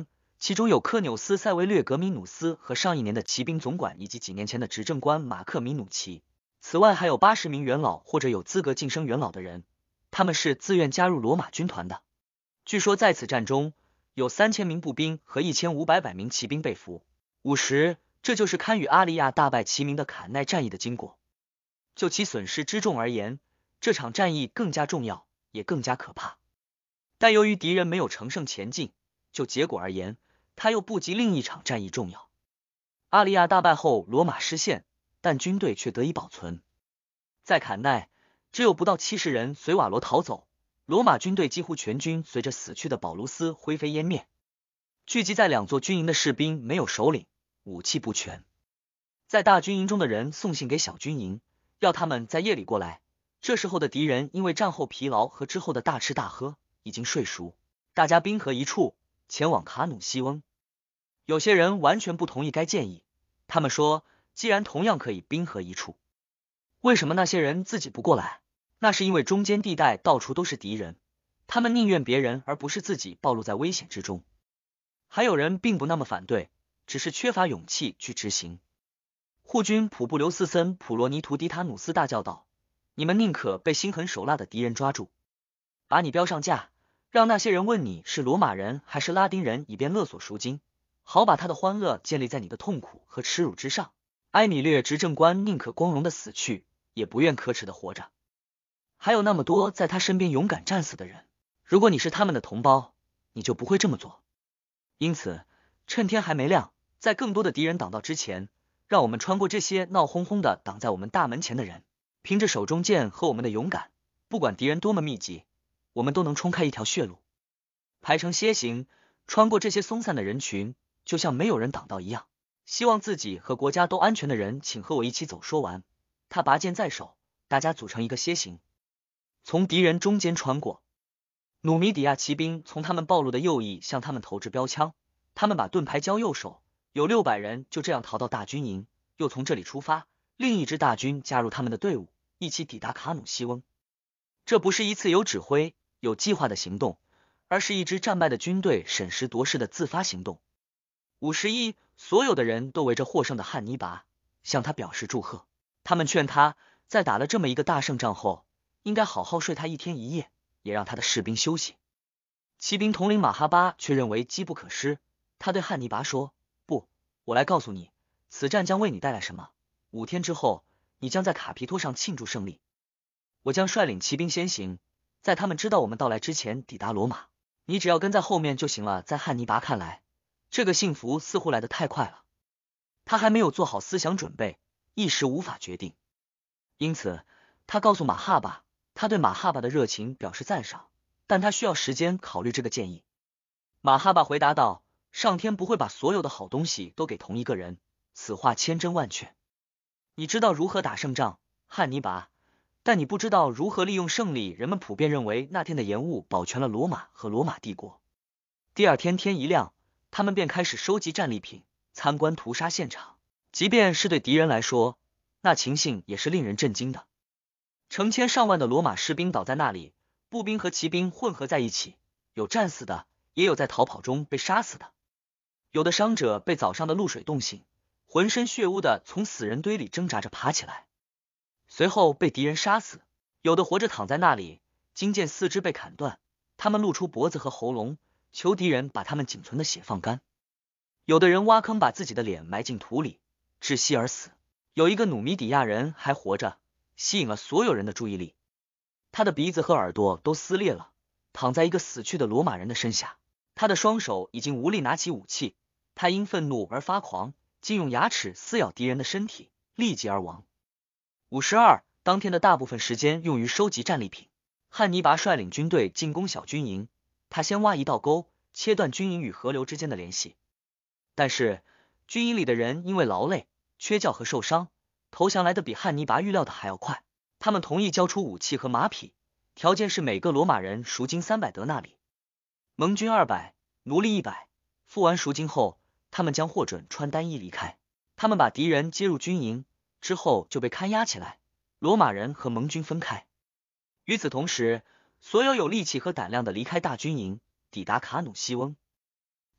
其中有科纽斯·塞维略格·米努斯和上一年的骑兵总管以及几年前的执政官马克·米努奇。此外还有八十名元老或者有资格晋升元老的人，他们是自愿加入罗马军团的。据说在此战中，有三千名步兵和一千五百百名骑兵被俘。五十，这就是堪与阿利亚大败齐名的坎奈战役的经过。就其损失之重而言，这场战役更加重要，也更加可怕。但由于敌人没有乘胜前进，就结果而言，它又不及另一场战役重要。阿利亚大败后，罗马失陷，但军队却得以保存。在坎奈，只有不到七十人随瓦罗逃走，罗马军队几乎全军随着死去的保卢斯灰飞烟灭。聚集在两座军营的士兵没有首领，武器不全。在大军营中的人送信给小军营，要他们在夜里过来。这时候的敌人因为战后疲劳和之后的大吃大喝，已经睡熟，大家兵合一处，前往卡努西翁。有些人完全不同意该建议，他们说，既然同样可以兵合一处，为什么那些人自己不过来？那是因为中间地带到处都是敌人，他们宁愿别人而不是自己暴露在危险之中。还有人并不那么反对，只是缺乏勇气去执行。护军普布留斯森普罗尼图迪塔努斯大叫道，你们宁可被心狠手辣的敌人抓住，把你标上架，让那些人问你是罗马人还是拉丁人，以便勒索赎金，好把他的欢乐建立在你的痛苦和耻辱之上。埃米略执政官宁可光荣的死去，也不愿可耻的活着。还有那么多在他身边勇敢战死的人，如果你是他们的同胞，你就不会这么做。因此，趁天还没亮，在更多的敌人挡道之前，让我们穿过这些闹哄哄的挡在我们大门前的人，凭着手中剑和我们的勇敢，不管敌人多么密集，我们都能冲开一条血路，排成楔形，穿过这些松散的人群，就像没有人挡道一样。希望自己和国家都安全的人，请和我一起走。说完，他拔剑在手，大家组成一个楔形，从敌人中间穿过。努米底亚骑兵从他们暴露的右翼向他们投掷标枪，他们把盾牌交右手，有六百人就这样逃到大军营，又从这里出发，另一支大军加入他们的队伍，一起抵达卡努西翁。这不是一次有指挥、有计划的行动，而是一支战败的军队审时度势的自发行动。五十一，所有的人都围着获胜的汉尼拔，向他表示祝贺。他们劝他，在打了这么一个大胜仗后，应该好好睡他一天一夜，也让他的士兵休息。骑兵统领马哈巴却认为机不可失，他对汉尼拔说，不，我来告诉你，此战将为你带来什么。五天之后，你将在卡皮托上庆祝胜利。我将率领骑兵先行，在他们知道我们到来之前抵达罗马，你只要跟在后面就行了。在汉尼拔看来，这个幸福似乎来得太快了，他还没有做好思想准备，一时无法决定。因此，他告诉马哈巴，他对马哈巴的热情表示赞赏，但他需要时间考虑这个建议。马哈巴回答道，上天不会把所有的好东西都给同一个人，此话千真万确。你知道如何打胜仗，汉尼拔，但你不知道如何利用胜利。人们普遍认为那天的延误保全了罗马和罗马帝国。第二天天一亮，他们便开始收集战利品，参观屠杀现场。即便是对敌人来说，那情形也是令人震惊的。成千上万的罗马士兵倒在那里，步兵和骑兵混合在一起，有战死的，也有在逃跑中被杀死的。有的伤者被早上的露水冻醒，浑身血污的从死人堆里挣扎着爬起来，随后被敌人杀死。有的活着躺在那里，经见四肢被砍断，他们露出脖子和喉咙，求敌人把他们仅存的血放干。有的人挖坑把自己的脸埋进土里，窒息而死。有一个努米底亚人还活着，吸引了所有人的注意力。他的鼻子和耳朵都撕裂了，躺在一个死去的罗马人的身下。他的双手已经无力拿起武器，他因愤怒而发狂，竟用牙齿撕咬敌人的身体，立即而亡。五十二，当天的大部分时间用于收集战利品。汉尼拔率领军队进攻小军营，他先挖一道沟，切断军营与河流之间的联系。但是军营里的人因为劳累、缺觉和受伤，投降来的比汉尼拔预料的还要快。他们同意交出武器和马匹，条件是每个罗马人赎金三百德纳里，盟军二百，奴隶一百。付完赎金后，他们将获准穿单衣离开。他们把敌人接入军营之后就被看押起来，罗马人和盟军分开。与此同时，所有有力气和胆量的离开大军营，抵达卡努西翁。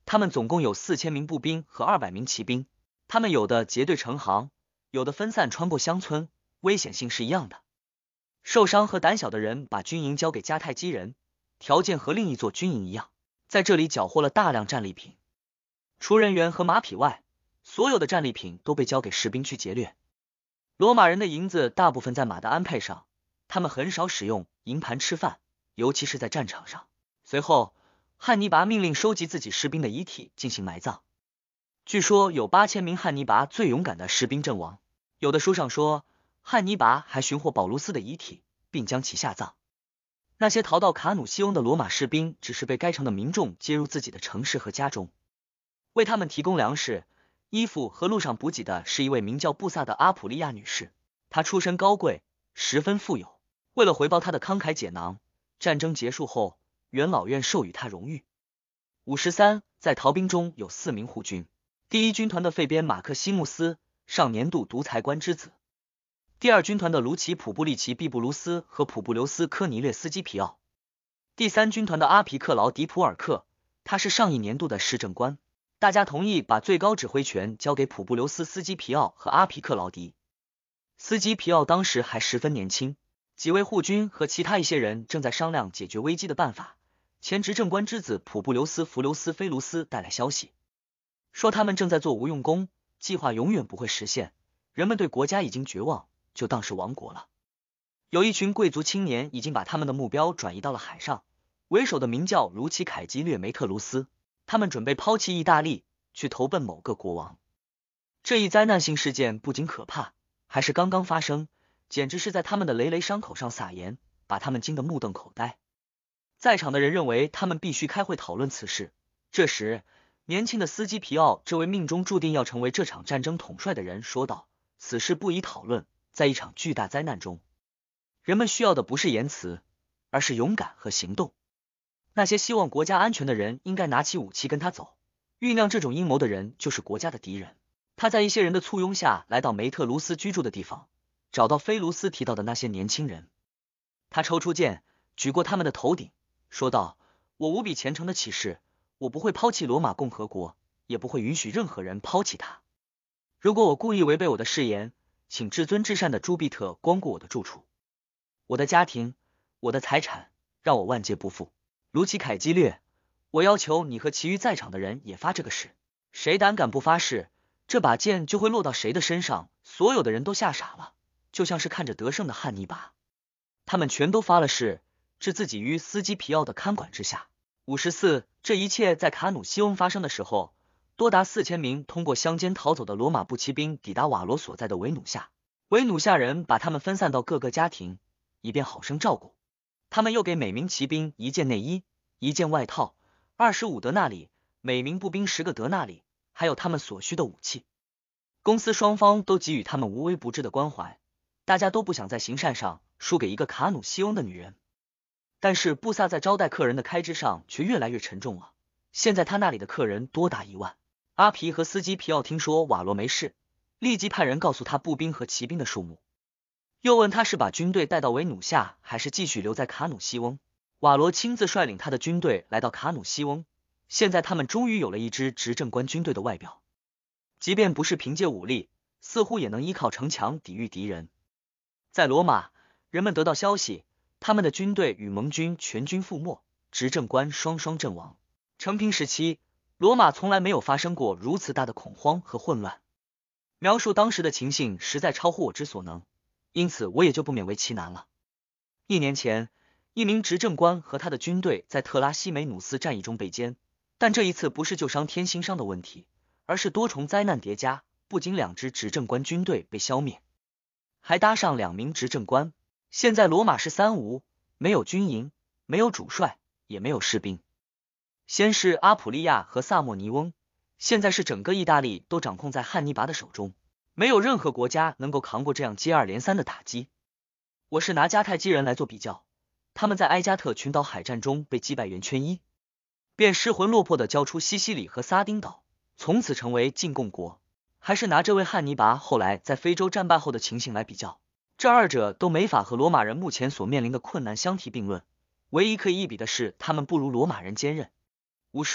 他们总共有四千名步兵和二百名骑兵，他们有的结队成行，有的分散穿过乡村，危险性是一样的。受伤和胆小的人把军营交给迦太基人，条件和另一座军营一样，在这里缴获了大量战利品。除人员和马匹外，所有的战利品都被交给士兵去劫掠。罗马人的银子大部分在马的安配上，他们很少使用银盘吃饭，尤其是在战场上。随后，汉尼拔命令收集自己士兵的遗体进行埋葬。据说有八千名汉尼拔最勇敢的士兵阵亡。有的书上说，汉尼拔还寻获保卢斯的遗体，并将其下葬。那些逃到卡努西翁的罗马士兵只是被该城的民众接入自己的城市和家中，为他们提供粮食、衣服和路上补给的是一位名叫布萨的阿普利亚女士。她出身高贵，十分富有。为了回报她的慷慨解囊，战争结束后，元老院授予她荣誉。五十三，在逃兵中有四名护军。第一军团的费边马克西穆斯，上年度独裁官之子。第二军团的卢奇普布利奇毕布鲁斯和普布留斯科尼略斯基皮奥。第三军团的阿皮克劳迪普尔克，他是上一年度的市政官。大家同意把最高指挥权交给普布留斯斯基皮奥和阿皮克劳迪。斯基皮奥当时还十分年轻。几位护军和其他一些人正在商量解决危机的办法。前执政官之子普布留斯弗留斯菲卢斯带来消息，说他们正在做无用功，计划永远不会实现，人们对国家已经绝望，就当是亡国了。有一群贵族青年已经把他们的目标转移到了海上，为首的名叫卢奇凯基略梅特卢斯，他们准备抛弃意大利，去投奔某个国王。这一灾难性事件不仅可怕，还是刚刚发生，简直是在他们的累累伤口上撒盐，把他们惊得目瞪口呆。在场的人认为他们必须开会讨论此事。这时，年轻的斯基皮奥这位命中注定要成为这场战争统帅的人说道，此事不宜讨论，在一场巨大灾难中，人们需要的不是言辞，而是勇敢和行动。那些希望国家安全的人应该拿起武器跟他走，酝酿这种阴谋的人就是国家的敌人。他在一些人的簇拥下来到梅特卢斯居住的地方，找到菲卢斯提到的那些年轻人。他抽出剑，举过他们的头顶，说道，我无比虔诚的起誓，我不会抛弃罗马共和国，也不会允许任何人抛弃它。如果我故意违背我的誓言，请至尊至善的朱庇特光顾我的住处，我的家庭，我的财产，让我万劫不复。卢奇凯基略，我要求你和其余在场的人也发这个誓，谁胆敢不发誓，这把剑就会落到谁的身上。所有的人都吓傻了，就像是看着得胜的汉尼拔。他们全都发了誓，置自己于斯基皮奥的看管之下。五十四，这一切在卡努西翁发生的时候，多达四千名通过乡间逃走的罗马步骑兵抵达瓦罗所在的维努夏。维努夏人把他们分散到各个家庭，以便好生照顾。他们又给每名骑兵一件内衣，一件外套，二十五德纳里，每名步兵十个德纳里，还有他们所需的武器。公司双方都给予他们无微不至的关怀，大家都不想在行善上输给一个卡努西翁的女人。但是布萨在招待客人的开支上却越来越沉重了，现在他那里的客人多达一万。阿皮和斯基皮奥听说瓦罗没事，立即派人告诉他步兵和骑兵的数目，又问他是把军队带到维努夏，还是继续留在卡努西翁。瓦罗亲自率领他的军队来到卡努西翁，现在他们终于有了一支执政官军队的外表，即便不是凭借武力，似乎也能依靠城墙抵御敌人。在罗马，人们得到消息，他们的军队与盟军全军覆没，执政官双双阵亡。承平时期，罗马从来没有发生过如此大的恐慌和混乱。描述当时的情形实在超乎我之所能，因此我也就不勉为其难了。一年前，一名执政官和他的军队在特拉西梅努斯战役中被歼，但这一次不是旧伤添新伤的问题，而是多重灾难叠加，不仅两支执政官军队被消灭，还搭上两名执政官。现在罗马是三无，没有军营，没有主帅，也没有士兵。先是阿普利亚和萨莫尼翁，现在是整个意大利都掌控在汉尼拔的手中，没有任何国家能够扛过这样接二连三的打击。我是拿迦太基人来做比较，他们在埃加特群岛海战中被击败圆圈一，便失魂落魄地交出西西里和撒丁岛，从此成为进贡国，还是拿这位汉尼拔后来在非洲战败后的情形来比较，这二者都没法和罗马人目前所面临的困难相提并论，唯一可以一比的是他们不如罗马人坚韧。五十五，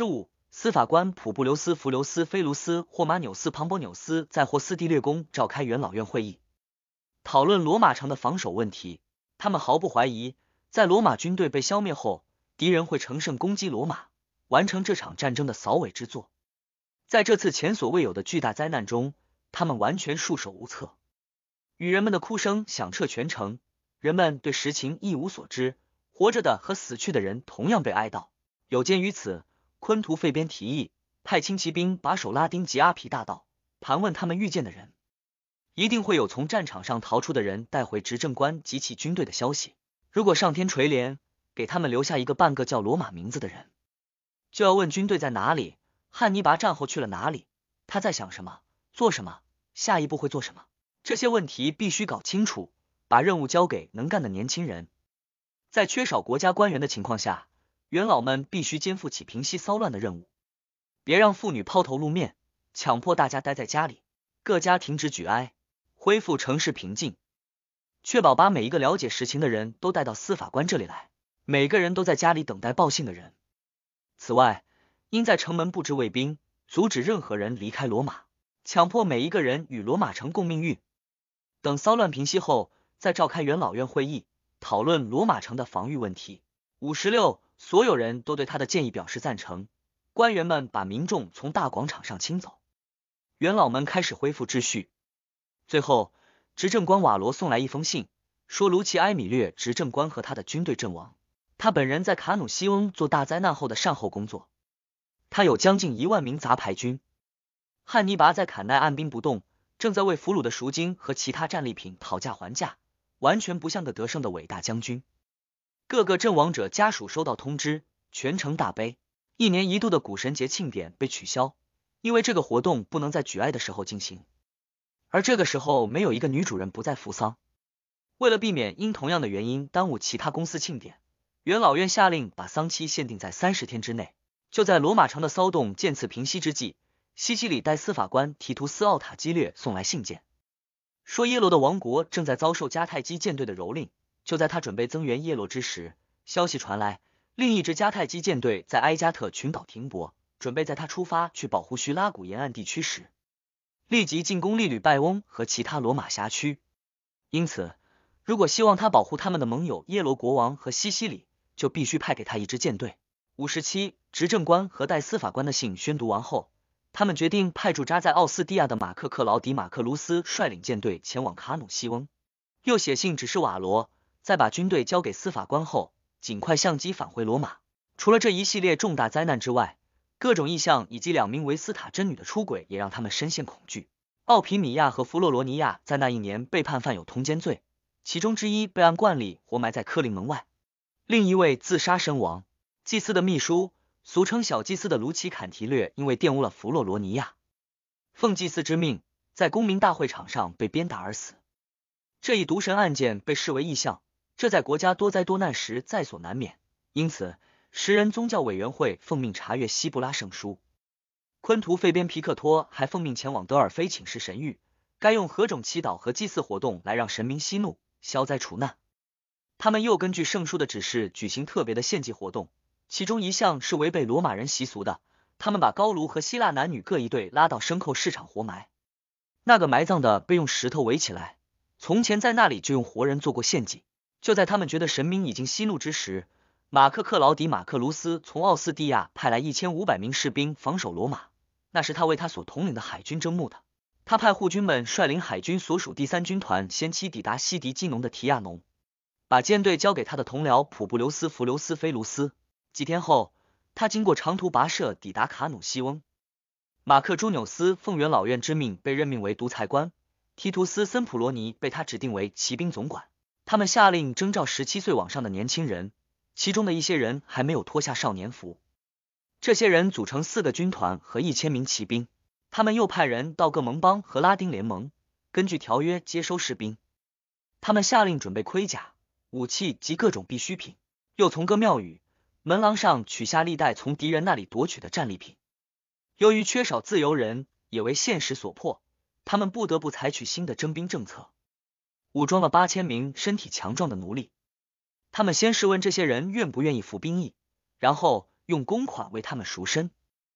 司法官普布留斯·弗留斯·菲卢斯或马纽斯·庞博纽斯在霍斯蒂略宫召开元老院会议，讨论罗马城的防守问题。他们毫不怀疑，在罗马军队被消灭后，敌人会乘胜攻击罗马，完成这场战争的扫尾之作。在这次前所未有的巨大灾难中，他们完全束手无策。与人们的哭声响彻全城，人们对实情一无所知，活着的和死去的人同样被哀悼。有鉴于此，昆图费边提议派轻骑兵把守拉丁及阿皮大道，盘问他们遇见的人。一定会有从战场上逃出的人带回执政官及其军队的消息。如果上天垂怜，给他们留下一个半个叫罗马名字的人，就要问军队在哪里，汉尼拔战后去了哪里，他在想什么，做什么，下一步会做什么。这些问题必须搞清楚，把任务交给能干的年轻人。在缺少国家官员的情况下，元老们必须肩负起平息骚乱的任务，别让妇女抛头露面，强迫大家待在家里，各家停止举哀，恢复城市平静，确保把每一个了解实情的人都带到司法官这里来，每个人都在家里等待报信的人。此外，应在城门布置卫兵，阻止任何人离开罗马，强迫每一个人与罗马城共命运。等骚乱平息后，再召开元老院会议，讨论罗马城的防御问题。五十六，所有人都对他的建议表示赞成，官员们把民众从大广场上清走，元老们开始恢复秩序。最后，执政官瓦罗送来一封信，说卢奇埃米略执政官和他的军队阵亡，他本人在卡努西翁做大灾难后的善后工作。他有将近一万名杂牌军。汉尼拔在坎奈按兵不动，正在为俘虏的赎金和其他战利品讨价还价，完全不像个得胜的伟大将军。各个阵亡者家属收到通知，全城大悲。一年一度的古神节庆典被取消，因为这个活动不能在举哀的时候进行，而这个时候没有一个女主人不在扶丧。为了避免因同样的原因耽误其他公司庆典，元老院下令把丧期限定在三十天之内。就在罗马城的骚动渐次平息之际，西西里代司法官提图斯奥塔基略送来信件，说耶罗的王国正在遭受迦太基舰队的蹂躏。就在他准备增援耶罗之时，消息传来，另一支迦太基舰队在埃加特群岛停泊，准备在他出发去保护叙拉古沿岸地区时，立即进攻利吕拜翁和其他罗马辖区。因此，如果希望他保护他们的盟友耶罗国王和西西里，就必须派给他一支舰队。五十七，执政官和代司法官的信宣读完后，他们决定派驻扎在奥斯蒂亚的马克克劳迪马克卢斯率领舰队前往卡努西翁，又写信指示瓦罗，在把军队交给司法官后，尽快相机返回罗马。除了这一系列重大灾难之外，各种异象以及两名维斯塔真女的出轨也让他们深陷恐惧。奥皮米亚和弗洛罗尼亚在那一年被判犯有通奸罪，其中之一被按惯例活埋在科林门外，另一位自杀身亡。祭司的秘书，俗称小祭司的卢奇坎提略，因为玷污了弗洛罗尼亚，奉祭司之命，在公民大会场上被鞭打而死。这一毒神案件被视为异象，这在国家多灾多难时在所难免，因此十人宗教委员会奉命查阅希布拉圣书。昆图费边皮克托还奉命前往德尔菲请示神谕，该用何种祈祷和祭祀活动来让神明息怒，消灾除难。他们又根据圣书的指示举行特别的献祭活动，其中一项是违背罗马人习俗的，他们把高卢和希腊男女各一队拉到牲口市场活埋。那个埋葬的被用石头围起来，从前在那里就用活人做过献祭。就在他们觉得神明已经息怒之时，马克克劳迪马克卢斯从奥斯蒂亚派来一千五百名士兵防守罗马，那是他为他所统领的海军征募的。他派护军们率领海军所属第三军团先期抵达西迪基农的提亚农，把舰队交给他的同僚普布留斯·弗留斯·菲卢斯。几天后，他经过长途跋涉抵达卡努西翁。马克朱纽斯奉元老院之命被任命为独裁官，提图斯·森普罗尼被他指定为骑兵总管。他们下令征召十七岁往上的年轻人，其中的一些人还没有脱下少年服。这些人组成四个军团和一千名骑兵。他们又派人到各盟邦和拉丁联盟，根据条约接收士兵。他们下令准备盔甲、武器及各种必需品，又从各庙宇、门廊上取下历代从敌人那里夺取的战利品。由于缺少自由人，也为现实所迫，他们不得不采取新的征兵政策，武装了八千名身体强壮的奴隶。他们先试问这些人愿不愿意服兵役，然后用公款为他们赎身。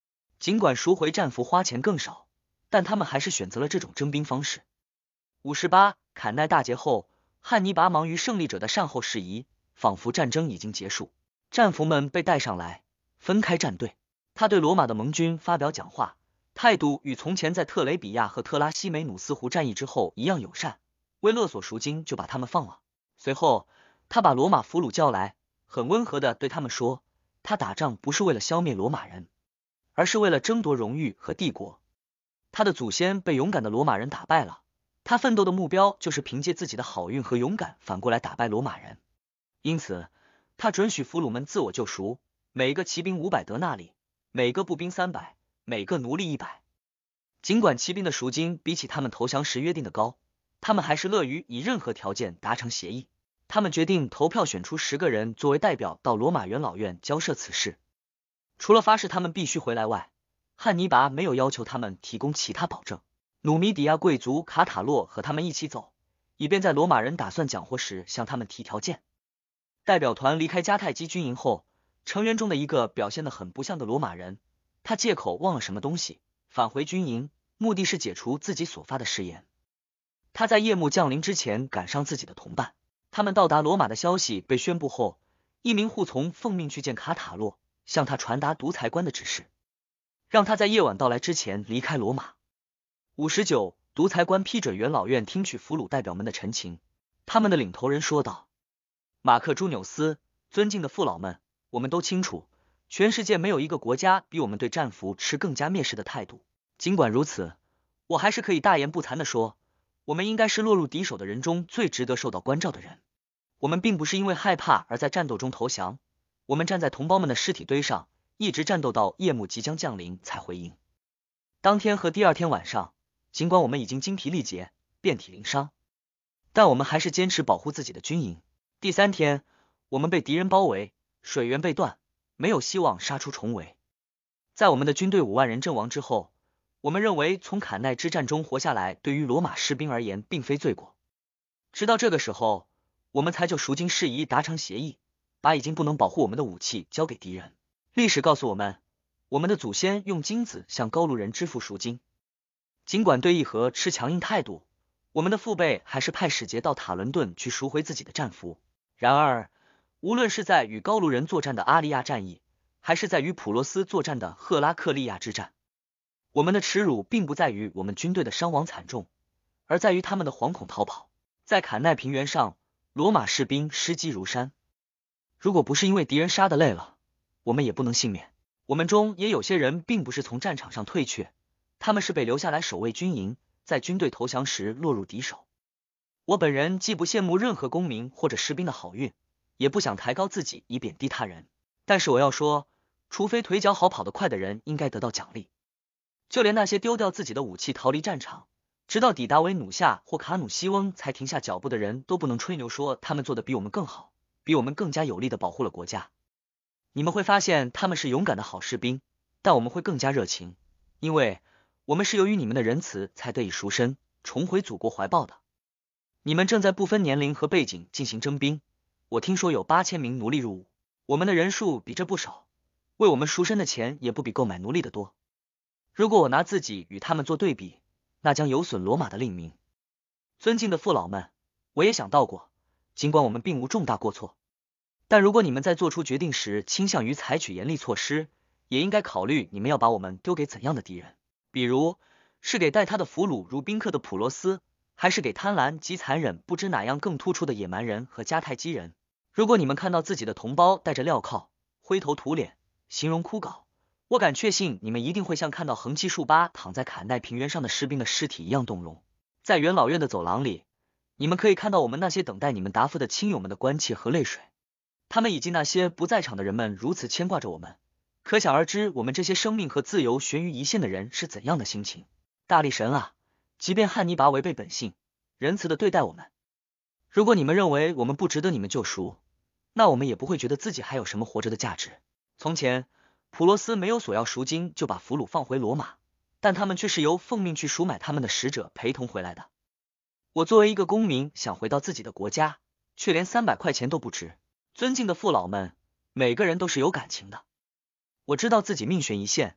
尽管赎回战俘花钱更少，但他们还是选择了这种征兵方式。五十八，坎奈大捷后，汉尼拔忙于胜利者的善后事宜，仿佛战争已经结束。战俘们被带上来，分开站队。他对罗马的盟军发表讲话，态度与从前在特雷比亚和特拉西梅努斯湖战役之后一样友善，为勒索赎金就把他们放了。随后，他把罗马俘虏叫来，很温和地对他们说，他打仗不是为了消灭罗马人，而是为了争夺荣誉和帝国。他的祖先被勇敢的罗马人打败了，他奋斗的目标就是凭借自己的好运和勇敢反过来打败罗马人。因此，他准许俘虏们自我救赎，每个骑兵五百德纳里，每个步兵三百，每个奴隶一百。尽管骑兵的赎金比起他们投降时约定的高，他们还是乐于以任何条件达成协议。他们决定投票选出十个人作为代表到罗马元老院交涉此事。除了发誓他们必须回来外，汉尼拔没有要求他们提供其他保证。努米底亚贵族卡塔洛和他们一起走，以便在罗马人打算讲和时向他们提条件。代表团离开迦太基军营后，成员中的一个表现得很不像的罗马人，他借口忘了什么东西，返回军营，目的是解除自己所发的誓言。他在夜幕降临之前赶上自己的同伴。他们到达罗马的消息被宣布后，一名护从奉命去见卡塔洛，向他传达独裁官的指示，让他在夜晚到来之前离开罗马。五十九，独裁官批准元老院听取俘虏代表们的陈情。他们的领头人说道，马克朱纽斯，尊敬的父老们，我们都清楚，全世界没有一个国家比我们对战俘持更加蔑视的态度。尽管如此，我还是可以大言不惭地说，我们应该是落入敌手的人中最值得受到关照的人。我们并不是因为害怕而在战斗中投降，我们站在同胞们的尸体堆上，一直战斗到夜幕即将降临才回营。当天和第二天晚上，尽管我们已经精疲力竭，遍体鳞伤，但我们还是坚持保护自己的军营。第三天，我们被敌人包围，水源被断，没有希望杀出重围。在我们的军队五万人阵亡之后，我们认为从坎奈之战中活下来对于罗马士兵而言并非罪过。直到这个时候，我们才就赎金事宜达成协议，把已经不能保护我们的武器交给敌人。历史告诉我们，我们的祖先用金子向高卢人支付赎金。尽管对议和持强硬态度，我们的父辈还是派使节到塔伦顿去赎回自己的战俘。然而，无论是在与高卢人作战的阿利亚战役，还是在与普罗斯作战的赫拉克利亚之战，我们的耻辱并不在于我们军队的伤亡惨重，而在于他们的惶恐逃跑。在坎奈平原上，罗马士兵尸积如山，如果不是因为敌人杀得累了，我们也不能幸免。我们中也有些人并不是从战场上退却，他们是被留下来守卫军营，在军队投降时落入敌手。我本人既不羡慕任何公民或者士兵的好运，也不想抬高自己以贬低他人，但是我要说，除非腿脚好跑得快的人应该得到奖励，就连那些丢掉自己的武器逃离战场，直到抵达维努夏或卡努西翁才停下脚步的人都不能吹牛说他们做的比我们更好，比我们更加有力地保护了国家。你们会发现他们是勇敢的好士兵，但我们会更加热情，因为我们是由于你们的仁慈才得以赎身，重回祖国怀抱的。你们正在不分年龄和背景进行征兵，我听说有八千名奴隶入伍，我们的人数比这不少，为我们赎身的钱也不比购买奴隶的多。如果我拿自己与他们做对比，那将有损罗马的令名。尊敬的父老们，我也想到过，尽管我们并无重大过错，但如果你们在做出决定时倾向于采取严厉措施，也应该考虑你们要把我们丢给怎样的敌人，比如是给待他的俘虏如宾客的普罗斯，还是给贪婪及残忍不知哪样更突出的野蛮人和迦太基人。如果你们看到自己的同胞戴着镣铐，灰头土脸，形容枯槁，我敢确信你们一定会像看到横七竖八躺在坎奈平原上的士兵的尸体一样动容。在元老院的走廊里，你们可以看到我们那些等待你们答复的亲友们的关切和泪水，他们以及那些不在场的人们如此牵挂着我们，可想而知我们这些生命和自由悬于一线的人是怎样的心情。大力神啊，即便汉尼拔违背本性，仁慈地对待我们，如果你们认为我们不值得你们救赎，那我们也不会觉得自己还有什么活着的价值。从前普罗斯没有索要赎金就把俘虏放回罗马，但他们却是由奉命去赎买他们的使者陪同回来的。我作为一个公民想回到自己的国家，却连三百块钱都不值。尊敬的父老们，每个人都是有感情的。我知道自己命悬一线，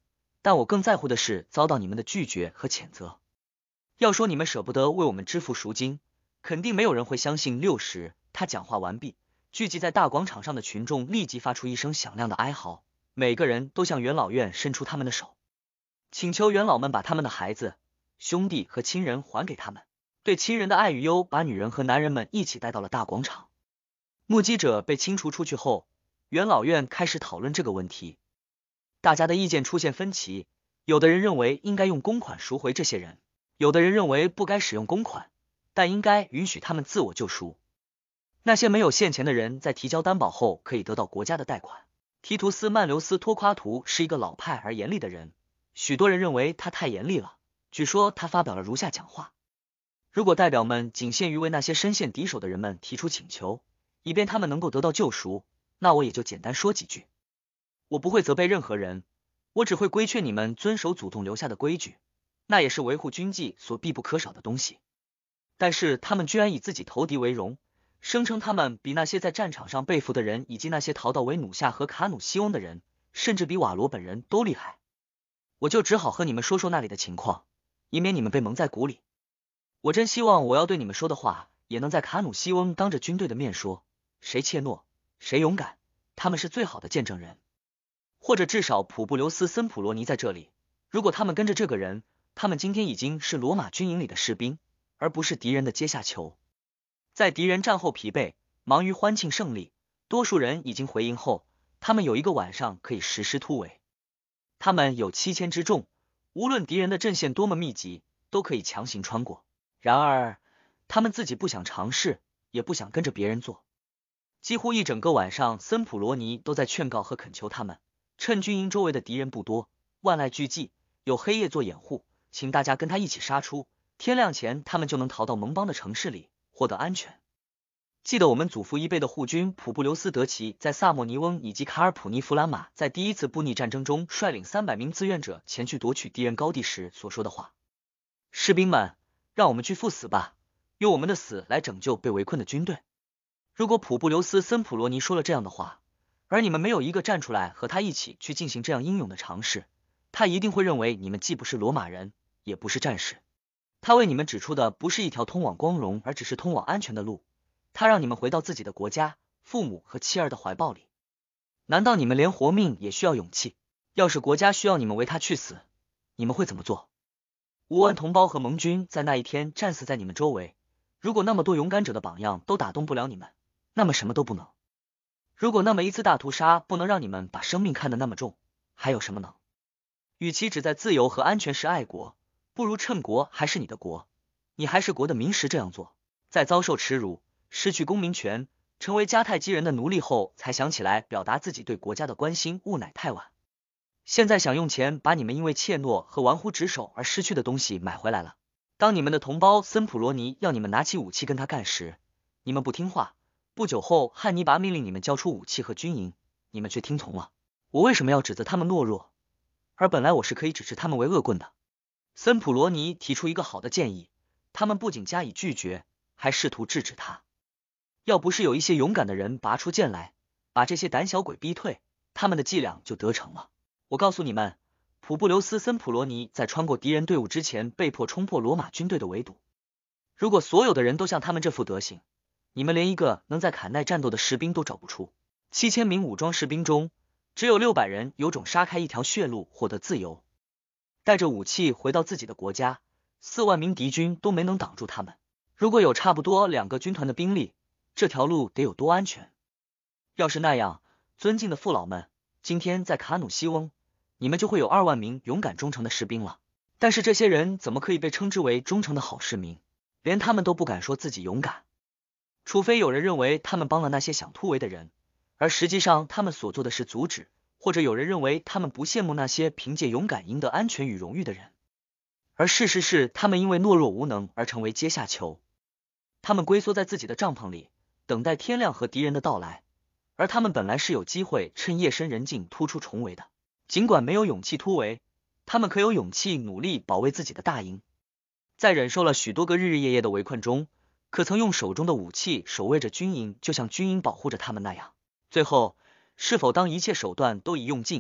但我更在乎的是遭到你们的拒绝和谴责。要说你们舍不得为我们支付赎金，肯定没有人会相信。六时，他讲话完毕，聚集在大广场上的群众立即发出一声响亮的哀嚎，每个人都向元老院伸出他们的手，请求元老们把他们的孩子、兄弟和亲人还给他们。对亲人的爱与忧把女人和男人们一起带到了大广场。目击者被清除出去后，元老院开始讨论这个问题。大家的意见出现分歧，有的人认为应该用公款赎回这些人，有的人认为不该使用公款，但应该允许他们自我救赎。那些没有现钱的人在提交担保后可以得到国家的贷款。提图斯曼留斯托夸图是一个老派而严厉的人，许多人认为他太严厉了。据说他发表了如下讲话：如果代表们仅限于为那些深陷敌手的人们提出请求，以便他们能够得到救赎，那我也就简单说几句。我不会责备任何人，我只会规劝你们遵守祖宗留下的规矩，那也是维护军纪所必不可少的东西。但是他们居然以自己投敌为荣，声称他们比那些在战场上被俘的人以及那些逃到维努夏和卡努西翁的人，甚至比瓦罗本人都厉害。我就只好和你们说说那里的情况，以免你们被蒙在鼓里。我真希望我要对你们说的话也能在卡努西翁当着军队的面说，谁怯懦，谁勇敢，他们是最好的见证人。或者至少普布留斯森普罗尼在这里，如果他们跟着这个人，他们今天已经是罗马军营里的士兵，而不是敌人的阶下囚。在敌人战后疲惫，忙于欢庆胜利，多数人已经回营后，他们有一个晚上可以实施突围。他们有七千之众，无论敌人的阵线多么密集，都可以强行穿过。然而他们自己不想尝试，也不想跟着别人做。几乎一整个晚上，森普罗尼都在劝告和恳求他们，趁军营周围的敌人不多，万籁俱寂，有黑夜做掩护，请大家跟他一起杀出，天亮前他们就能逃到盟邦的城市里，获得安全。记得我们祖父一辈的护军普布留斯德奇在萨莫尼翁以及卡尔普尼弗兰马在第一次布匿战争中率领三百名志愿者前去夺取敌人高地时所说的话：士兵们，让我们去赴死吧，用我们的死来拯救被围困的军队。如果普布留斯森普罗尼说了这样的话，而你们没有一个站出来和他一起去进行这样英勇的尝试，他一定会认为你们既不是罗马人，也不是战士。他为你们指出的不是一条通往光荣，而只是通往安全的路。他让你们回到自己的国家、父母和妻儿的怀抱里。难道你们连活命也需要勇气？要是国家需要你们为他去死，你们会怎么做？五万同胞和盟军在那一天战死在你们周围，如果那么多勇敢者的榜样都打动不了你们，那么什么都不能。如果那么一次大屠杀不能让你们把生命看得那么重，还有什么能？与其只在自由和安全时爱国，不如趁国还是你的国，你还是国的民时这样做。在遭受耻辱、失去公民权、成为迦太基人的奴隶后，才想起来表达自己对国家的关心，勿乃太晚。现在想用钱把你们因为怯懦和玩忽职守而失去的东西买回来了。当你们的同胞森普罗尼要你们拿起武器跟他干时，你们不听话。不久后，汉尼拔命令你们交出武器和军营，你们却听从了。我为什么要指责他们懦弱？而本来我是可以指斥他们为恶棍的。森普罗尼提出一个好的建议，他们不仅加以拒绝，还试图制止他。要不是有一些勇敢的人拔出剑来，把这些胆小鬼逼退，他们的伎俩就得逞了。我告诉你们，普布留斯森普罗尼在穿过敌人队伍之前被迫冲破罗马军队的围堵。如果所有的人都像他们这副德行，你们连一个能在坎奈战斗的士兵都找不出。七千名武装士兵中，只有六百人有种杀开一条血路获得自由，带着武器回到自己的国家，四万名敌军都没能挡住他们。如果有差不多两个军团的兵力，这条路得有多安全？要是那样，尊敬的父老们，今天在卡努西翁，你们就会有二万名勇敢忠诚的士兵了。但是这些人怎么可以被称之为忠诚的好市民？连他们都不敢说自己勇敢。除非有人认为他们帮了那些想突围的人，而实际上他们所做的是阻止，或者有人认为他们不羡慕那些凭借勇敢赢得安全与荣誉的人，而事实是他们因为懦弱无能而成为阶下囚。他们龟缩在自己的帐篷里，等待天亮和敌人的到来，而他们本来是有机会趁夜深人静突出重围的。尽管没有勇气突围，他们可有勇气努力保卫自己的大营。在忍受了许多个日日夜夜的围困中，可曾用手中的武器守卫着军营，就像军营保护着他们那样。最后，是否当一切手段都已用尽，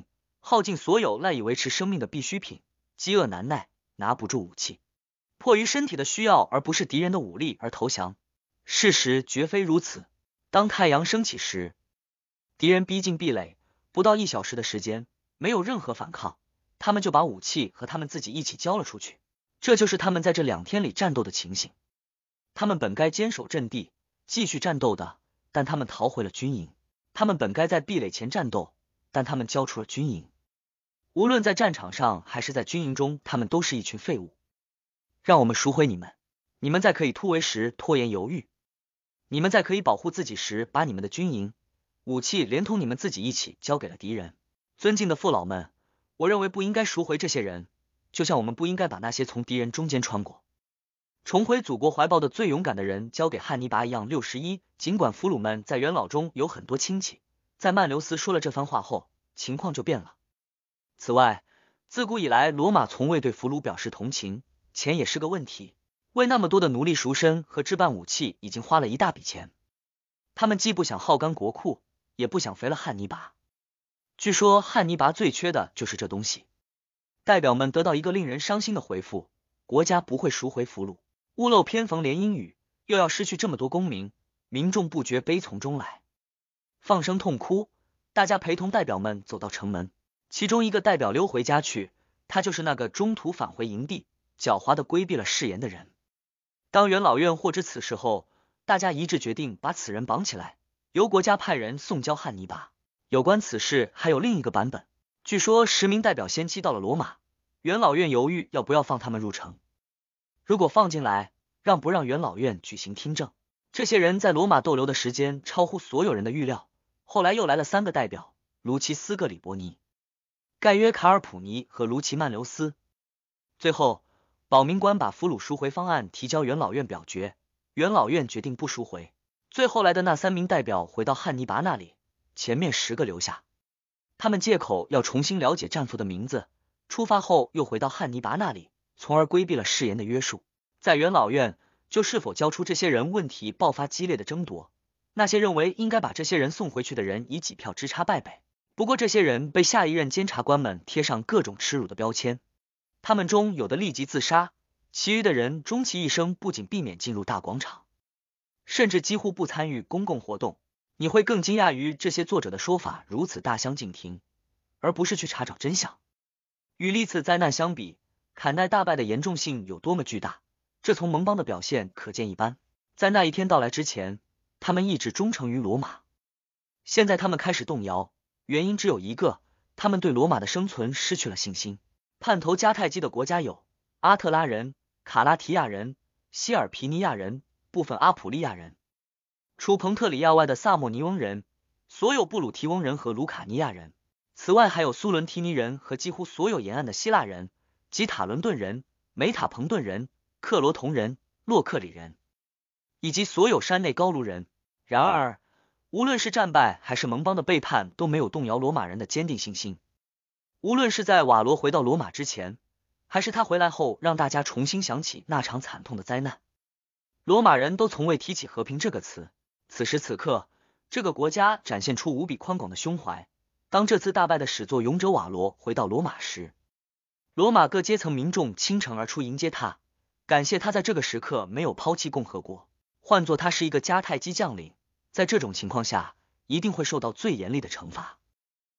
耗尽所有赖以维持生命的必需品，饥饿难耐，拿不住武器，迫于身体的需要而不是敌人的武力而投降。事实绝非如此。当太阳升起时，敌人逼近壁垒，不到一小时的时间，没有任何反抗，他们就把武器和他们自己一起交了出去。这就是他们在这两天里战斗的情形。他们本该坚守阵地，继续战斗的，但他们逃回了军营。他们本该在壁垒前战斗，但他们交出了军营。无论在战场上还是在军营中，他们都是一群废物。让我们赎回你们，你们在可以突围时拖延犹豫，你们在可以保护自己时把你们的军营、武器连同你们自己一起交给了敌人。尊敬的父老们，我认为不应该赎回这些人，就像我们不应该把那些从敌人中间穿过、重回祖国怀抱的最勇敢的人交给汉尼拔一样。六十一，尽管俘虏们在元老中有很多亲戚，在曼留斯说了这番话后，情况就变了。此外，自古以来罗马从未对俘虏表示同情，钱也是个问题。为那么多的奴隶赎身和置办武器已经花了一大笔钱，他们既不想耗干国库，也不想肥了汉尼拔。据说汉尼拔最缺的就是这东西。代表们得到一个令人伤心的回复：国家不会赎回俘虏。屋漏偏逢连阴雨，又要失去这么多公民，民众不觉悲从中来，放声痛哭。大家陪同代表们走到城门，其中一个代表溜回家去，他就是那个中途返回营地，狡猾的规避了誓言的人。当元老院获知此事后，大家一致决定把此人绑起来，由国家派人送交汉尼拔。有关此事还有另一个版本，据说十名代表先期到了罗马，元老院犹豫要不要放他们入城。如果放进来，让不让元老院举行听证？这些人在罗马逗留的时间超乎所有人的预料。后来又来了三个代表：卢奇斯·格里伯尼、盖约·卡尔普尼和卢奇·曼留斯。最后，保民官把俘虏赎回方案提交元老院表决，元老院决定不赎回。最后来的那三名代表回到汉尼拔那里，前面十个留下。他们借口要重新了解战俘的名字，出发后又回到汉尼拔那里，从而规避了誓言的约束。在元老院，就是否交出这些人问题爆发激烈的争夺。那些认为应该把这些人送回去的人以几票之差败北，不过这些人被下一任监察官们贴上各种耻辱的标签，他们中有的立即自杀，其余的人终其一生不仅避免进入大广场，甚至几乎不参与公共活动。你会更惊讶于这些作者的说法如此大相径庭，而不是去查找真相。与历次灾难相比，坎代大败的严重性有多么巨大，这从盟邦的表现可见一斑。在那一天到来之前，他们一直忠诚于罗马，现在他们开始动摇，原因只有一个，他们对罗马的生存失去了信心。叛投迦太基的国家有阿特拉人、卡拉提亚人、希尔皮尼亚人、部分阿普利亚人，除彭特里亚外的萨莫尼翁人，所有布鲁提翁人和卢卡尼亚人，此外还有苏伦提尼人和几乎所有沿岸的希腊人及塔伦顿人、梅塔彭顿人、克罗同人、洛克里人，以及所有山内高卢人。然而，无论是战败还是盟邦的背叛，都没有动摇罗马人的坚定信心。无论是在瓦罗回到罗马之前，还是他回来后让大家重新想起那场惨痛的灾难，罗马人都从未提起和平这个词。此时此刻，这个国家展现出无比宽广的胸怀。当这次大败的始作俑者瓦罗回到罗马时，罗马各阶层民众倾城而出迎接他，感谢他在这个时刻没有抛弃共和国。换作他是一个迦太基将领，在这种情况下一定会受到最严厉的惩罚。